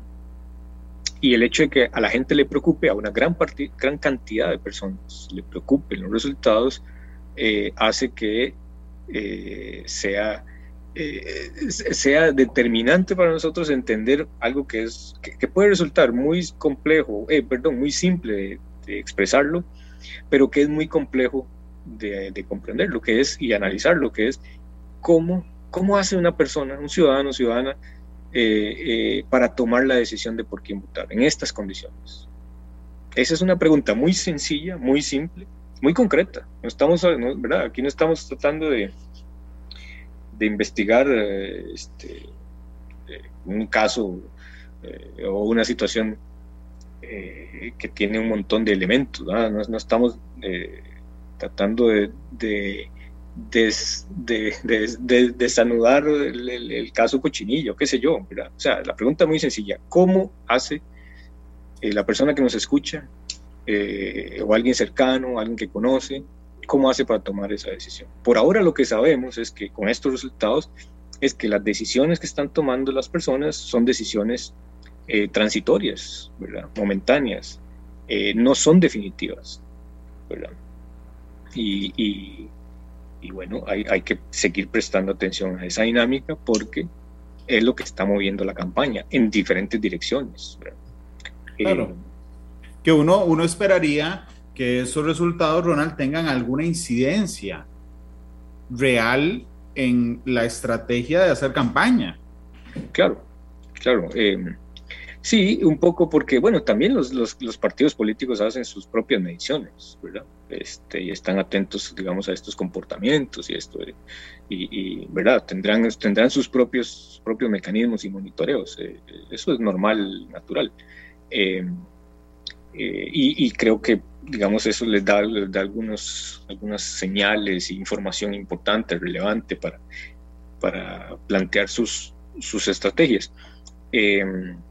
Y el hecho de que a la gente le preocupe, a una gran, part- gran cantidad de personas le preocupen los resultados, eh, hace que eh, sea, eh, sea determinante para nosotros entender algo que, es, que, que puede resultar muy complejo, eh, perdón, muy simple de, de expresarlo, pero que es muy complejo de, de comprender lo que es y analizar lo que es, cómo, cómo hace una persona, un ciudadano, ciudadana, Eh, eh, para tomar la decisión de por quién votar en estas condiciones. Esa es una pregunta muy sencilla, muy simple, muy concreta. No estamos, no, ¿verdad? Aquí no estamos tratando de, de investigar eh, este, eh, un caso eh, o una situación eh, que tiene un montón de elementos, ¿verdad? No, no estamos eh, tratando de, de Des, de, de, de, desanudar el, el, el caso Cochinillo, qué sé yo, ¿verdad? O sea, la pregunta es muy sencilla: ¿cómo hace eh, la persona que nos escucha eh, o alguien cercano, alguien que conoce, cómo hace para tomar esa decisión? Por ahora lo que sabemos es que con estos resultados es que las decisiones que están tomando las personas son decisiones eh, transitorias, ¿verdad? Momentáneas, eh, no son definitivas, ¿verdad? Y, y Y bueno, hay, hay que seguir prestando atención a esa dinámica porque es lo que está moviendo la campaña en diferentes direcciones. Claro. Eh, que uno, uno esperaría que esos resultados, Ronald, tengan alguna incidencia real en la estrategia de hacer campaña. Claro, claro. Eh, sí, un poco porque, bueno, también los, los, los partidos políticos hacen sus propias mediciones, ¿verdad? Este, y están atentos, digamos, a estos comportamientos y esto, y, y ¿verdad? Tendrán, tendrán sus propios, sus propios mecanismos y monitoreos, eh, eso es normal, natural. Eh, eh, y, y creo que, digamos, eso les da, les da algunos, algunas señales e información importante, relevante para, para plantear sus, sus estrategias. Eh,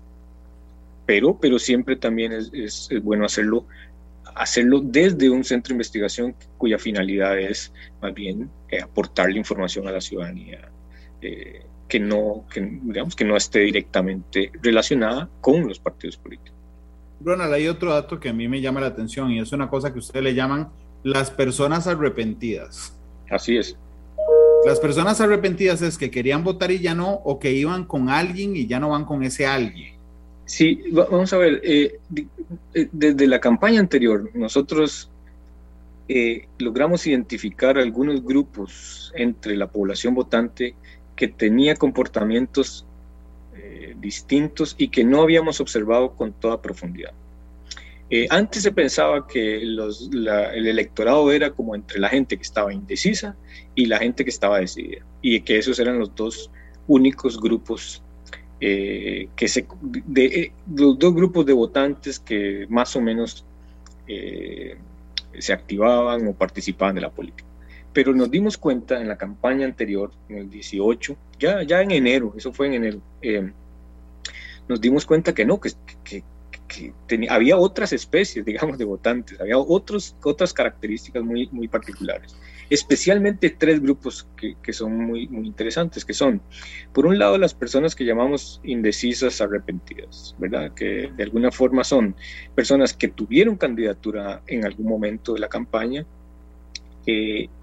pero, pero siempre también es, es, es bueno hacerlo hacerlo desde un centro de investigación cuya finalidad es más bien eh, aportarle información a la ciudadanía eh, que, no, que, digamos, que no esté directamente relacionada con los partidos políticos. Ronald, hay otro dato que a mí me llama la atención y es una cosa que ustedes le llaman las personas arrepentidas. Así es. Las personas arrepentidas es que querían votar y ya no, o que iban con alguien y ya no van con ese alguien. Sí, vamos a ver, eh, desde la campaña anterior nosotros eh, logramos identificar algunos grupos entre la población votante que tenía comportamientos eh, distintos y que no habíamos observado con toda profundidad. Eh, antes se pensaba que los, la, el electorado era como entre la gente que estaba indecisa y la gente que estaba decidida, y que esos eran los dos únicos grupos Eh, que se, de, de, los dos grupos de votantes que más o menos eh, se activaban o participaban de la política. Pero nos dimos cuenta en la campaña anterior, en el dieciocho, ya, ya en enero, eso fue en enero, eh, nos dimos cuenta que no, que, que, que tenía, había otras especies, digamos, de votantes, había otros, otras características muy, muy particulares. Especialmente tres grupos que, que son muy, muy interesantes, que son, por un lado, las personas que llamamos indecisas arrepentidas, ¿verdad? Que de alguna forma son personas que tuvieron candidatura en algún momento de la campaña eh,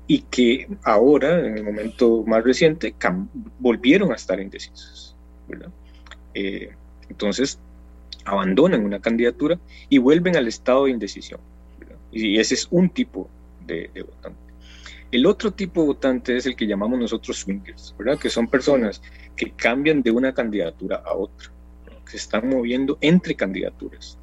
y que ahora, en el momento más reciente, volvieron a estar indecisos, ¿verdad? Eh, entonces, abandonan una candidatura y vuelven al estado de indecisión, ¿verdad? Y ese es un tipo de, de votante. El otro tipo de votante es el que llamamos nosotros swingers, ¿verdad? Que son personas que cambian de una candidatura a otra, ¿verdad? Que se están moviendo entre candidaturas.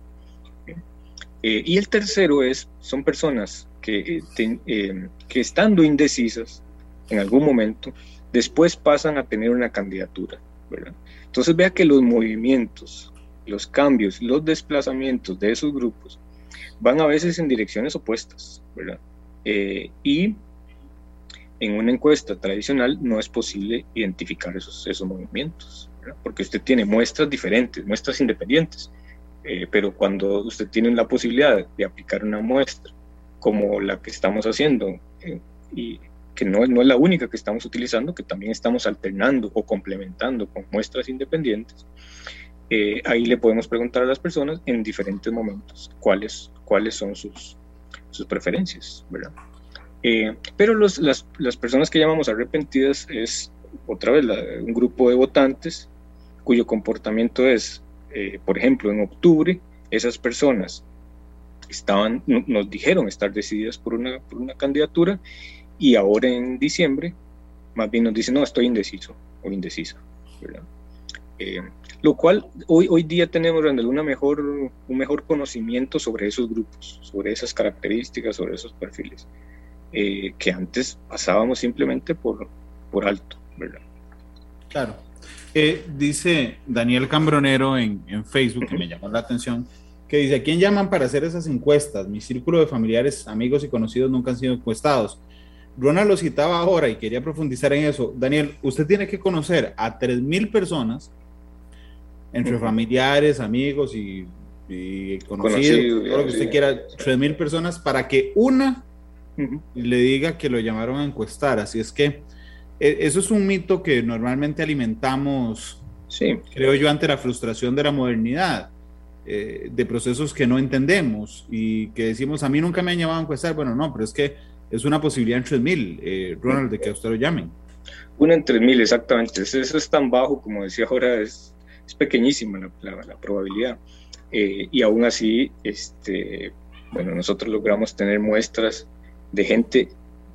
Eh, y el tercero es, son personas que, eh, ten, eh, que estando indecisas en algún momento, después pasan a tener una candidatura, ¿verdad? Entonces vea que los movimientos, los cambios, los desplazamientos de esos grupos van a veces en direcciones opuestas, ¿verdad? Eh, y en una encuesta tradicional no es posible identificar esos, esos movimientos, ¿verdad? Porque usted tiene muestras diferentes, muestras independientes. Eh, pero cuando usted tiene la posibilidad de aplicar una muestra como la que estamos haciendo, eh, y que no, no es la única que estamos utilizando, que también estamos alternando o complementando con muestras independientes, eh, ahí le podemos preguntar a las personas en diferentes momentos cuáles, cuáles son sus, sus preferencias, ¿verdad? Eh, pero los, las, las personas que llamamos arrepentidas es, otra vez, la, un grupo de votantes cuyo comportamiento es, Eh, por ejemplo, en octubre, esas personas estaban, nos dijeron estar decididas por una, por una candidatura, y ahora en diciembre, más bien nos dicen, no, estoy indeciso o indecisa, ¿verdad? Eh, lo cual, hoy, hoy día tenemos una mejor, un mejor conocimiento sobre esos grupos, sobre esas características, sobre esos perfiles, eh, que antes pasábamos simplemente por, por alto, ¿verdad? Claro. Eh, dice Daniel Cambronero en, en Facebook, que me llamó la atención, que dice: ¿a quién llaman para hacer esas encuestas? Mi círculo de familiares, amigos y conocidos nunca han sido encuestados. Ronald lo citaba ahora y quería profundizar en eso. Daniel, usted tiene que conocer a tres mil personas, entre uh-huh. familiares, amigos y, y conocidos, Conocido, todo lo que usted sí. quiera, tres mil personas para que una uh-huh. le diga que lo llamaron a encuestar. Así es que eso es un mito que normalmente alimentamos, sí. creo yo, ante la frustración de la modernidad, eh, de procesos que no entendemos y que decimos, a mí nunca me han llamado a encuestar. Bueno, no, pero es que es una posibilidad en tres mil, eh, Ronald, de que a usted lo llamen. Una en tres mil, exactamente. Eso es tan bajo, como decía ahora, es, es pequeñísima la, la, la probabilidad. Eh, y aún así, este, bueno, nosotros logramos tener muestras de gente.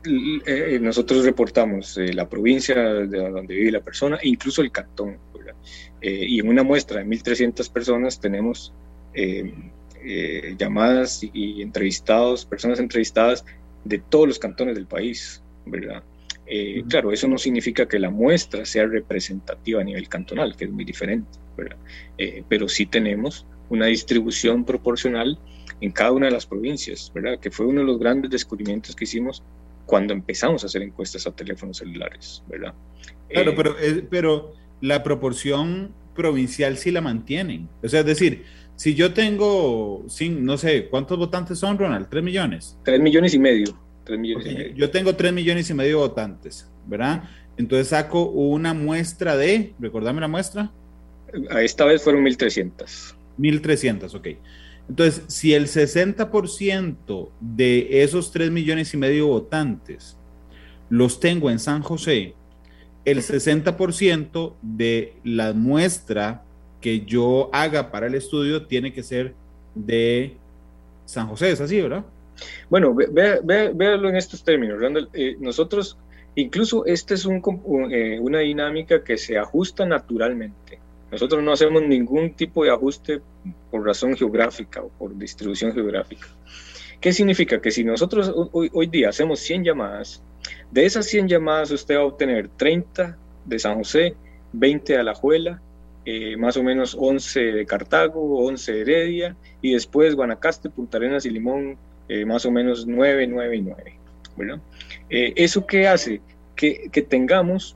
Eh, nosotros reportamos eh, la provincia de donde vive la persona e incluso el cantón, eh, y en una muestra de mil trescientas personas tenemos eh, eh, llamadas y, y entrevistados, personas entrevistadas de todos los cantones del país, ¿verdad? Eh, uh-huh. Claro, eso no significa que la muestra sea representativa a nivel cantonal, que es muy diferente, ¿verdad? Eh, pero sí tenemos una distribución proporcional en cada una de las provincias, ¿verdad? Que fue uno de los grandes descubrimientos que hicimos cuando empezamos a hacer encuestas a teléfonos celulares, ¿verdad? Claro, eh, pero, eh, pero la proporción provincial sí la mantienen. O sea, es decir, si yo tengo, sin, no sé, ¿cuántos votantes son, Ronald? ¿Tres millones? Tres millones y medio. Tres millones okay, y medio. Yo tengo tres millones y medio de votantes, ¿verdad? Entonces saco una muestra de, ¿recordame la muestra? A esta vez fueron mil trescientas. mil trescientas, ok. Entonces, si el sesenta por ciento de esos tres millones y medio votantes los tengo en San José, el sesenta por ciento de la muestra que yo haga para el estudio tiene que ser de San José, ¿es así, verdad? Bueno, ve, ve, véalo en estos términos, Randall. Eh, nosotros, incluso esta es un, eh, una dinámica que se ajusta naturalmente. Nosotros no hacemos ningún tipo de ajuste por razón geográfica o por distribución geográfica. ¿Qué significa? Que si nosotros hoy, hoy día hacemos cien llamadas, de esas cien llamadas usted va a obtener treinta de San José, veinte de Alajuela, eh, más o menos once de Cartago, once de Heredia, y después Guanacaste, Punta Arenas y Limón, eh, más o menos nueve, nueve y nueve, ¿verdad? Eh, ¿Eso qué hace? Que, que tengamos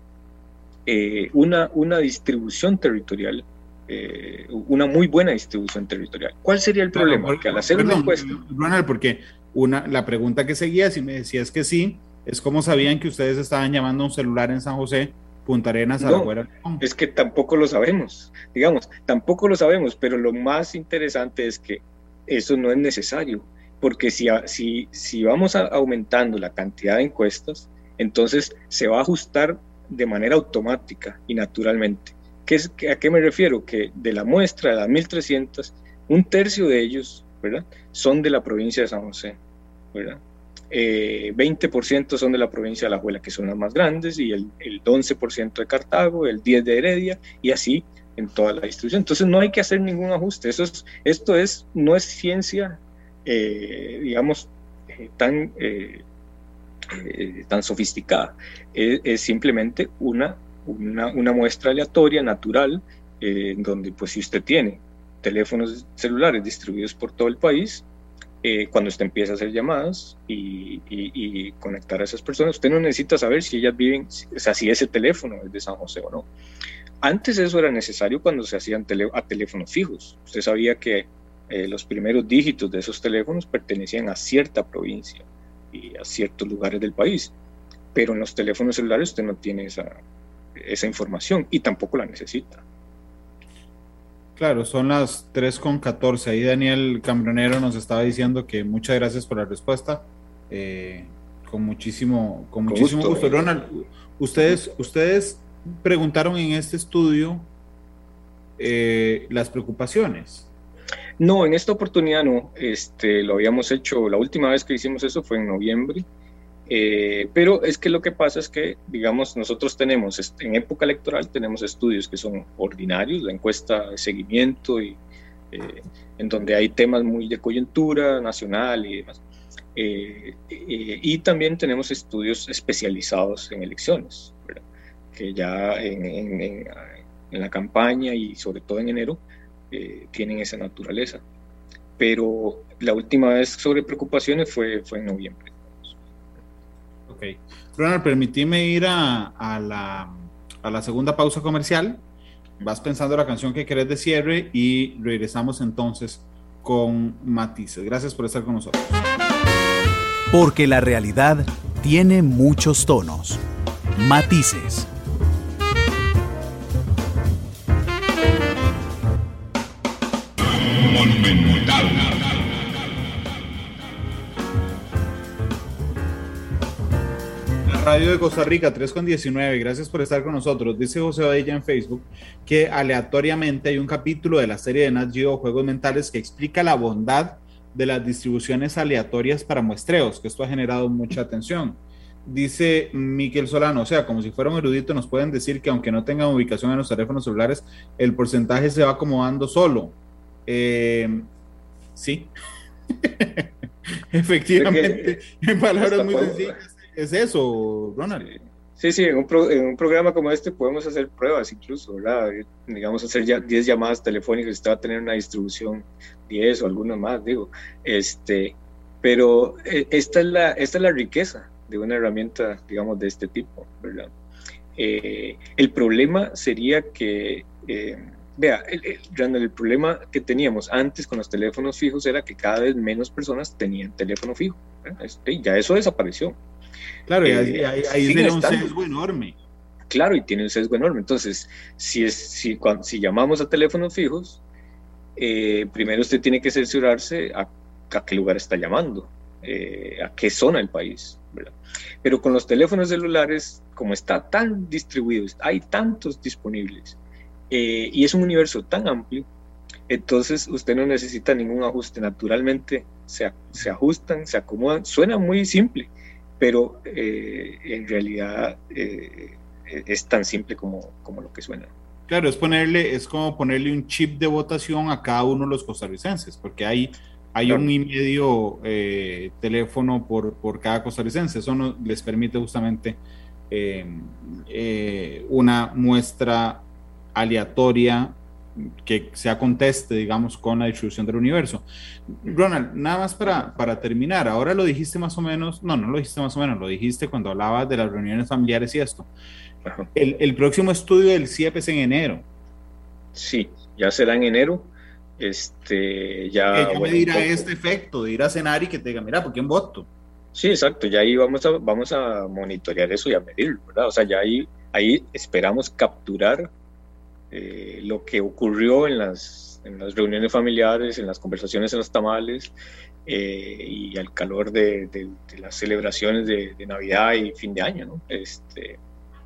Eh, una, una distribución territorial, eh, una muy buena distribución territorial. ¿Cuál sería el problema? Claro, que al hacer perdón, una encuesta... Ronald, porque una, la pregunta que seguía, si me decías que sí, es cómo sabían que ustedes estaban llamando a un celular en San José, Punta Arenas, no, Alajuela. Es que tampoco lo sabemos, digamos, tampoco lo sabemos, pero lo más interesante es que eso no es necesario, porque si, si, si vamos a, aumentando la cantidad de encuestas, entonces se va a ajustar de manera automática y naturalmente. ¿Qué es, ¿A qué me refiero? Que de la muestra de las mil trescientas, un tercio de ellos, ¿verdad?, son de la provincia de San José, ¿verdad? Eh, veinte por ciento son de la provincia de Alajuela, que son las más grandes, y el, el once por ciento de Cartago, el diez por ciento de Heredia, y así en toda la distribución. Entonces no hay que hacer ningún ajuste. Eso es, esto es, no es ciencia, eh, digamos, eh, tan, eh, eh, tan sofisticada. Es, es simplemente una, una, una muestra aleatoria, natural, eh, donde pues si usted tiene teléfonos celulares distribuidos por todo el país, Eh, cuando usted empieza a hacer llamadas y, y, y conectar a esas personas, usted no necesita saber si ellas viven, o sea, si ese teléfono es de San José o no. Antes eso era necesario cuando se hacían tele, a teléfonos fijos. Usted sabía que eh, los primeros dígitos de esos teléfonos pertenecían a cierta provincia y a ciertos lugares del país, pero en los teléfonos celulares usted no tiene esa, esa información y tampoco la necesita. Claro, son las tres con catorce. Ahí Daniel Cambronero nos estaba diciendo que muchas gracias por la respuesta. Eh, con muchísimo, con muchísimo gusto. gusto. Ronald, ustedes, ustedes preguntaron en este estudio eh, las preocupaciones. No, en esta oportunidad no. Este, lo habíamos hecho, la última vez que hicimos eso fue en noviembre. Eh, pero es que lo que pasa es que, digamos, nosotros tenemos, en época electoral, tenemos estudios que son ordinarios, la encuesta de seguimiento, y, eh, en donde hay temas muy de coyuntura nacional y demás. Eh, eh, y también tenemos estudios especializados en elecciones, ¿verdad?, que ya en, en, en, en la campaña y sobre todo en enero eh, tienen esa naturaleza. Pero la última vez sobre preocupaciones fue, fue en noviembre. Ok. Ronald, permíteme ir a, a, la, a la segunda pausa comercial. Vas pensando la canción que querés de cierre y regresamos entonces con Matices. Gracias por estar con nosotros. Porque la realidad tiene muchos tonos. Matices. Monumental. Radio de Costa Rica, tres con diecinueve, gracias por estar con nosotros. Dice José Badilla en Facebook que aleatoriamente hay un capítulo de la serie de Nat Geo Juegos Mentales que explica la bondad de las distribuciones aleatorias para muestreos, que esto ha generado mucha atención. Dice Miquel Solano, o sea, como si fuera un erudito, nos pueden decir que aunque no tengan ubicación en los teléfonos celulares, el porcentaje se va acomodando solo. Eh, sí, efectivamente, en palabras muy sencillas. ¿Es eso, Ronald? Sí, sí, en un, pro, en un programa como este podemos hacer pruebas incluso, ¿verdad? Digamos, hacer ya diez llamadas telefónicas, usted va a tener una distribución diez o algunas más, digo. Este, pero esta es, la, esta es la riqueza de una herramienta, digamos, de este tipo, ¿verdad? Eh, el problema sería que, eh, vea, el, el, Randall, el problema que teníamos antes con los teléfonos fijos era que cada vez menos personas tenían teléfono fijo, ¿verdad? Este, ya eso desapareció. Claro, eh, y ahí, ahí tiene un sesgo enorme. Claro, y tiene un sesgo enorme. Entonces, si, es, si, cuando, si llamamos a teléfonos fijos, eh, primero usted tiene que cerciorarse a, a qué lugar está llamando, eh, a qué zona del país, ¿verdad? Pero con los teléfonos celulares, como está tan distribuido, hay tantos disponibles, eh, y es un universo tan amplio, entonces usted no necesita ningún ajuste. Naturalmente se, se ajustan, se acomodan. Suena muy simple, pero eh, en realidad eh, es tan simple como, como lo que suena. Claro, es ponerle, es como ponerle un chip de votación a cada uno de los costarricenses, porque hay, hay claro. un y medio eh, teléfono por, por cada costarricense. Eso no, les permite justamente eh, eh, una muestra aleatoria que se aconteste, digamos, con la distribución del universo. Ronald, nada más para, para terminar, ahora lo dijiste más o menos, no, no lo dijiste más o menos, lo dijiste cuando hablabas de las reuniones familiares y esto. El, el próximo estudio del C I E P es en enero. Sí, ya será en enero. Este, ya, Ella bueno, me dirá este efecto de ir a cenar y que te diga, mira, ¿por quién voto? Sí, exacto, ya ahí vamos a, vamos a monitorear eso y a medirlo, ¿verdad? O sea, ya ahí, ahí esperamos capturar Eh, lo que ocurrió en las, en las reuniones familiares, en las conversaciones en los tamales, eh, y al calor de, de, de las celebraciones de, de Navidad y fin de año, ¿no? Este,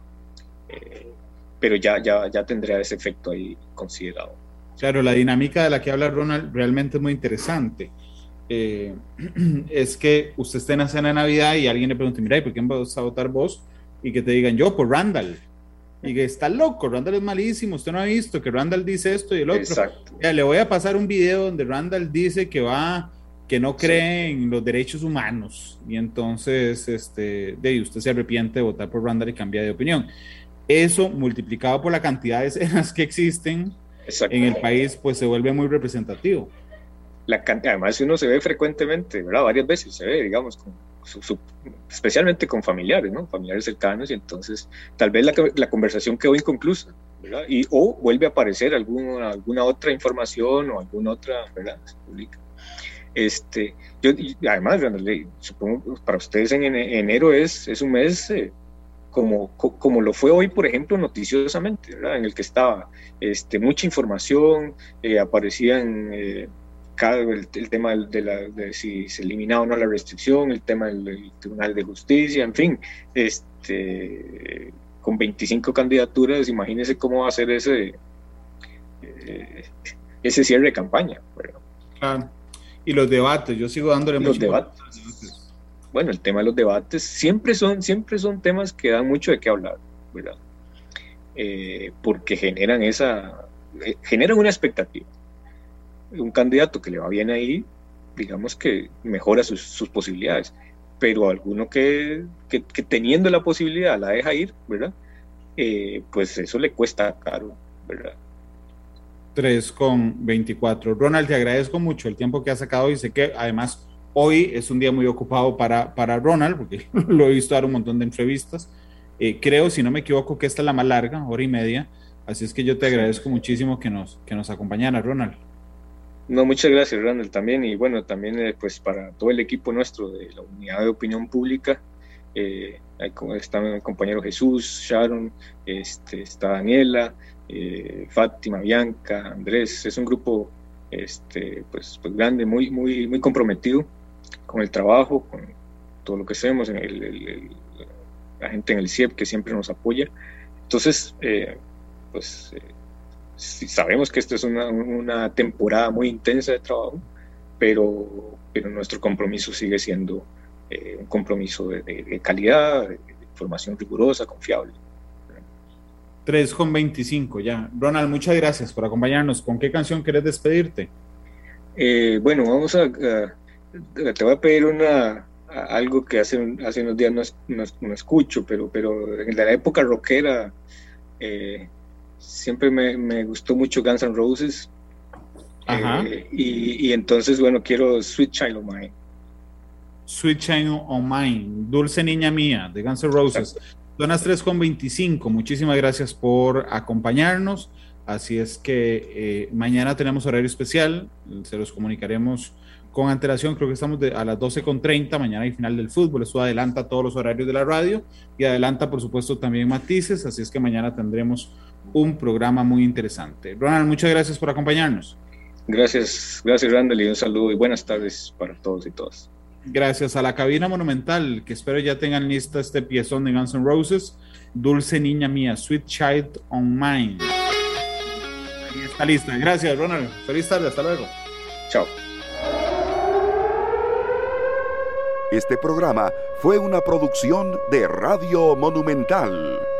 eh, pero ya, ya, ya tendría ese efecto ahí considerado. Claro, la dinámica de la que habla Ronald realmente es muy interesante. Eh, es que usted esté en la cena de Navidad y alguien le pregunte, mira, ¿y por quién vas a votar vos? Y que te digan, yo, por Randall. Y que está loco, Randall es malísimo, usted no ha visto que Randall dice esto y el otro. Exacto. Ya, le voy a pasar un video donde Randall dice que va, que no cree sí. en los derechos humanos. Y entonces, este, de ahí usted se arrepiente de votar por Randall y cambia de opinión. Eso, multiplicado por la cantidad de escenas que existen en el país, pues se vuelve muy representativo. La, además uno se ve frecuentemente, ¿verdad? Varias veces se ve, digamos, con, su, su, especialmente con familiares, ¿no? Familiares cercanos, y entonces tal vez la, la conversación quedó inconclusa, ¿verdad? Y, o vuelve a aparecer alguna, alguna otra información o alguna otra, ¿verdad? Se publica. Este, yo, y además, supongo para ustedes en enero es, es un mes... Eh, Como, como lo fue hoy, por ejemplo, noticiosamente, ¿verdad? En el que estaba este, mucha información, eh, aparecían eh, cada, el, el tema de, la, de si se eliminaba o no la restricción, el tema del, del Tribunal de Justicia, en fin, este, con veinticinco candidaturas, imagínense cómo va a ser ese, eh, ese cierre de campaña, ¿verdad? Claro. Y los debates, yo sigo dándole los mucho debates. Bueno, el tema de los debates siempre son, siempre son temas que dan mucho de qué hablar, ¿verdad? Eh, porque generan esa, eh, generan una expectativa. Un candidato que le va bien ahí, digamos que mejora sus, sus posibilidades, pero alguno que, que, que teniendo la posibilidad la deja ir, ¿verdad? Eh, pues eso le cuesta caro, ¿verdad? tres con veinticuatro. Ronald, te agradezco mucho el tiempo que has sacado y sé que además hoy es un día muy ocupado para, para Ronald, porque lo he visto dar un montón de entrevistas. Eh, creo, si no me equivoco, que esta es la más larga, hora y media. Así es que yo te agradezco muchísimo que nos, que nos acompañara, Ronald. No, muchas gracias, Ronald, también. Y bueno, también eh, pues para todo el equipo nuestro de la Unidad de Opinión Pública, eh, está mi compañero Jesús, Sharon, este, está Daniela, eh, Fátima, Bianca, Andrés. Es un grupo este, pues, pues grande, muy, muy, muy comprometido con el trabajo, con todo lo que hacemos, en el, el, el, la gente en el C I E P que siempre nos apoya. Entonces, eh, pues eh, sí, sabemos que esta es una, una temporada muy intensa de trabajo, pero, pero nuestro compromiso sigue siendo eh, un compromiso de, de, de calidad, de, de información rigurosa, confiable. tres con veinticinco ya. Ronald, muchas gracias por acompañarnos. ¿Con qué canción querés despedirte? Eh, bueno, vamos a... a te voy a pedir una, algo que hace, hace unos días no, no, no escucho, pero, pero en la época rockera eh, siempre me, me gustó mucho Guns N' Roses. Ajá. Eh, y, y entonces, bueno, quiero Sweet Child of Mine. Sweet Child of Mine, Dulce Niña Mía, de Guns N' Roses. Exacto. Son las tres con veinticinco. Muchísimas gracias por acompañarnos. Así es que eh, mañana tenemos horario especial, se los comunicaremos con antelación. Creo que estamos de, a las doce con treinta, mañana hay final del fútbol. Eso adelanta todos los horarios de la radio y adelanta, por supuesto, también matices. Así es que mañana tendremos un programa muy interesante. Ronald, muchas gracias por acompañarnos. Gracias, gracias Randall, y un saludo y buenas tardes para todos y todas. Gracias a la cabina monumental, que espero ya tengan lista este piezón de Guns N' Roses, Dulce Niña Mía, Sweet Child of Mine. Ahí está lista. Gracias, Ronald. Feliz tarde, hasta luego. Chao. Este programa fue una producción de Radio Monumental.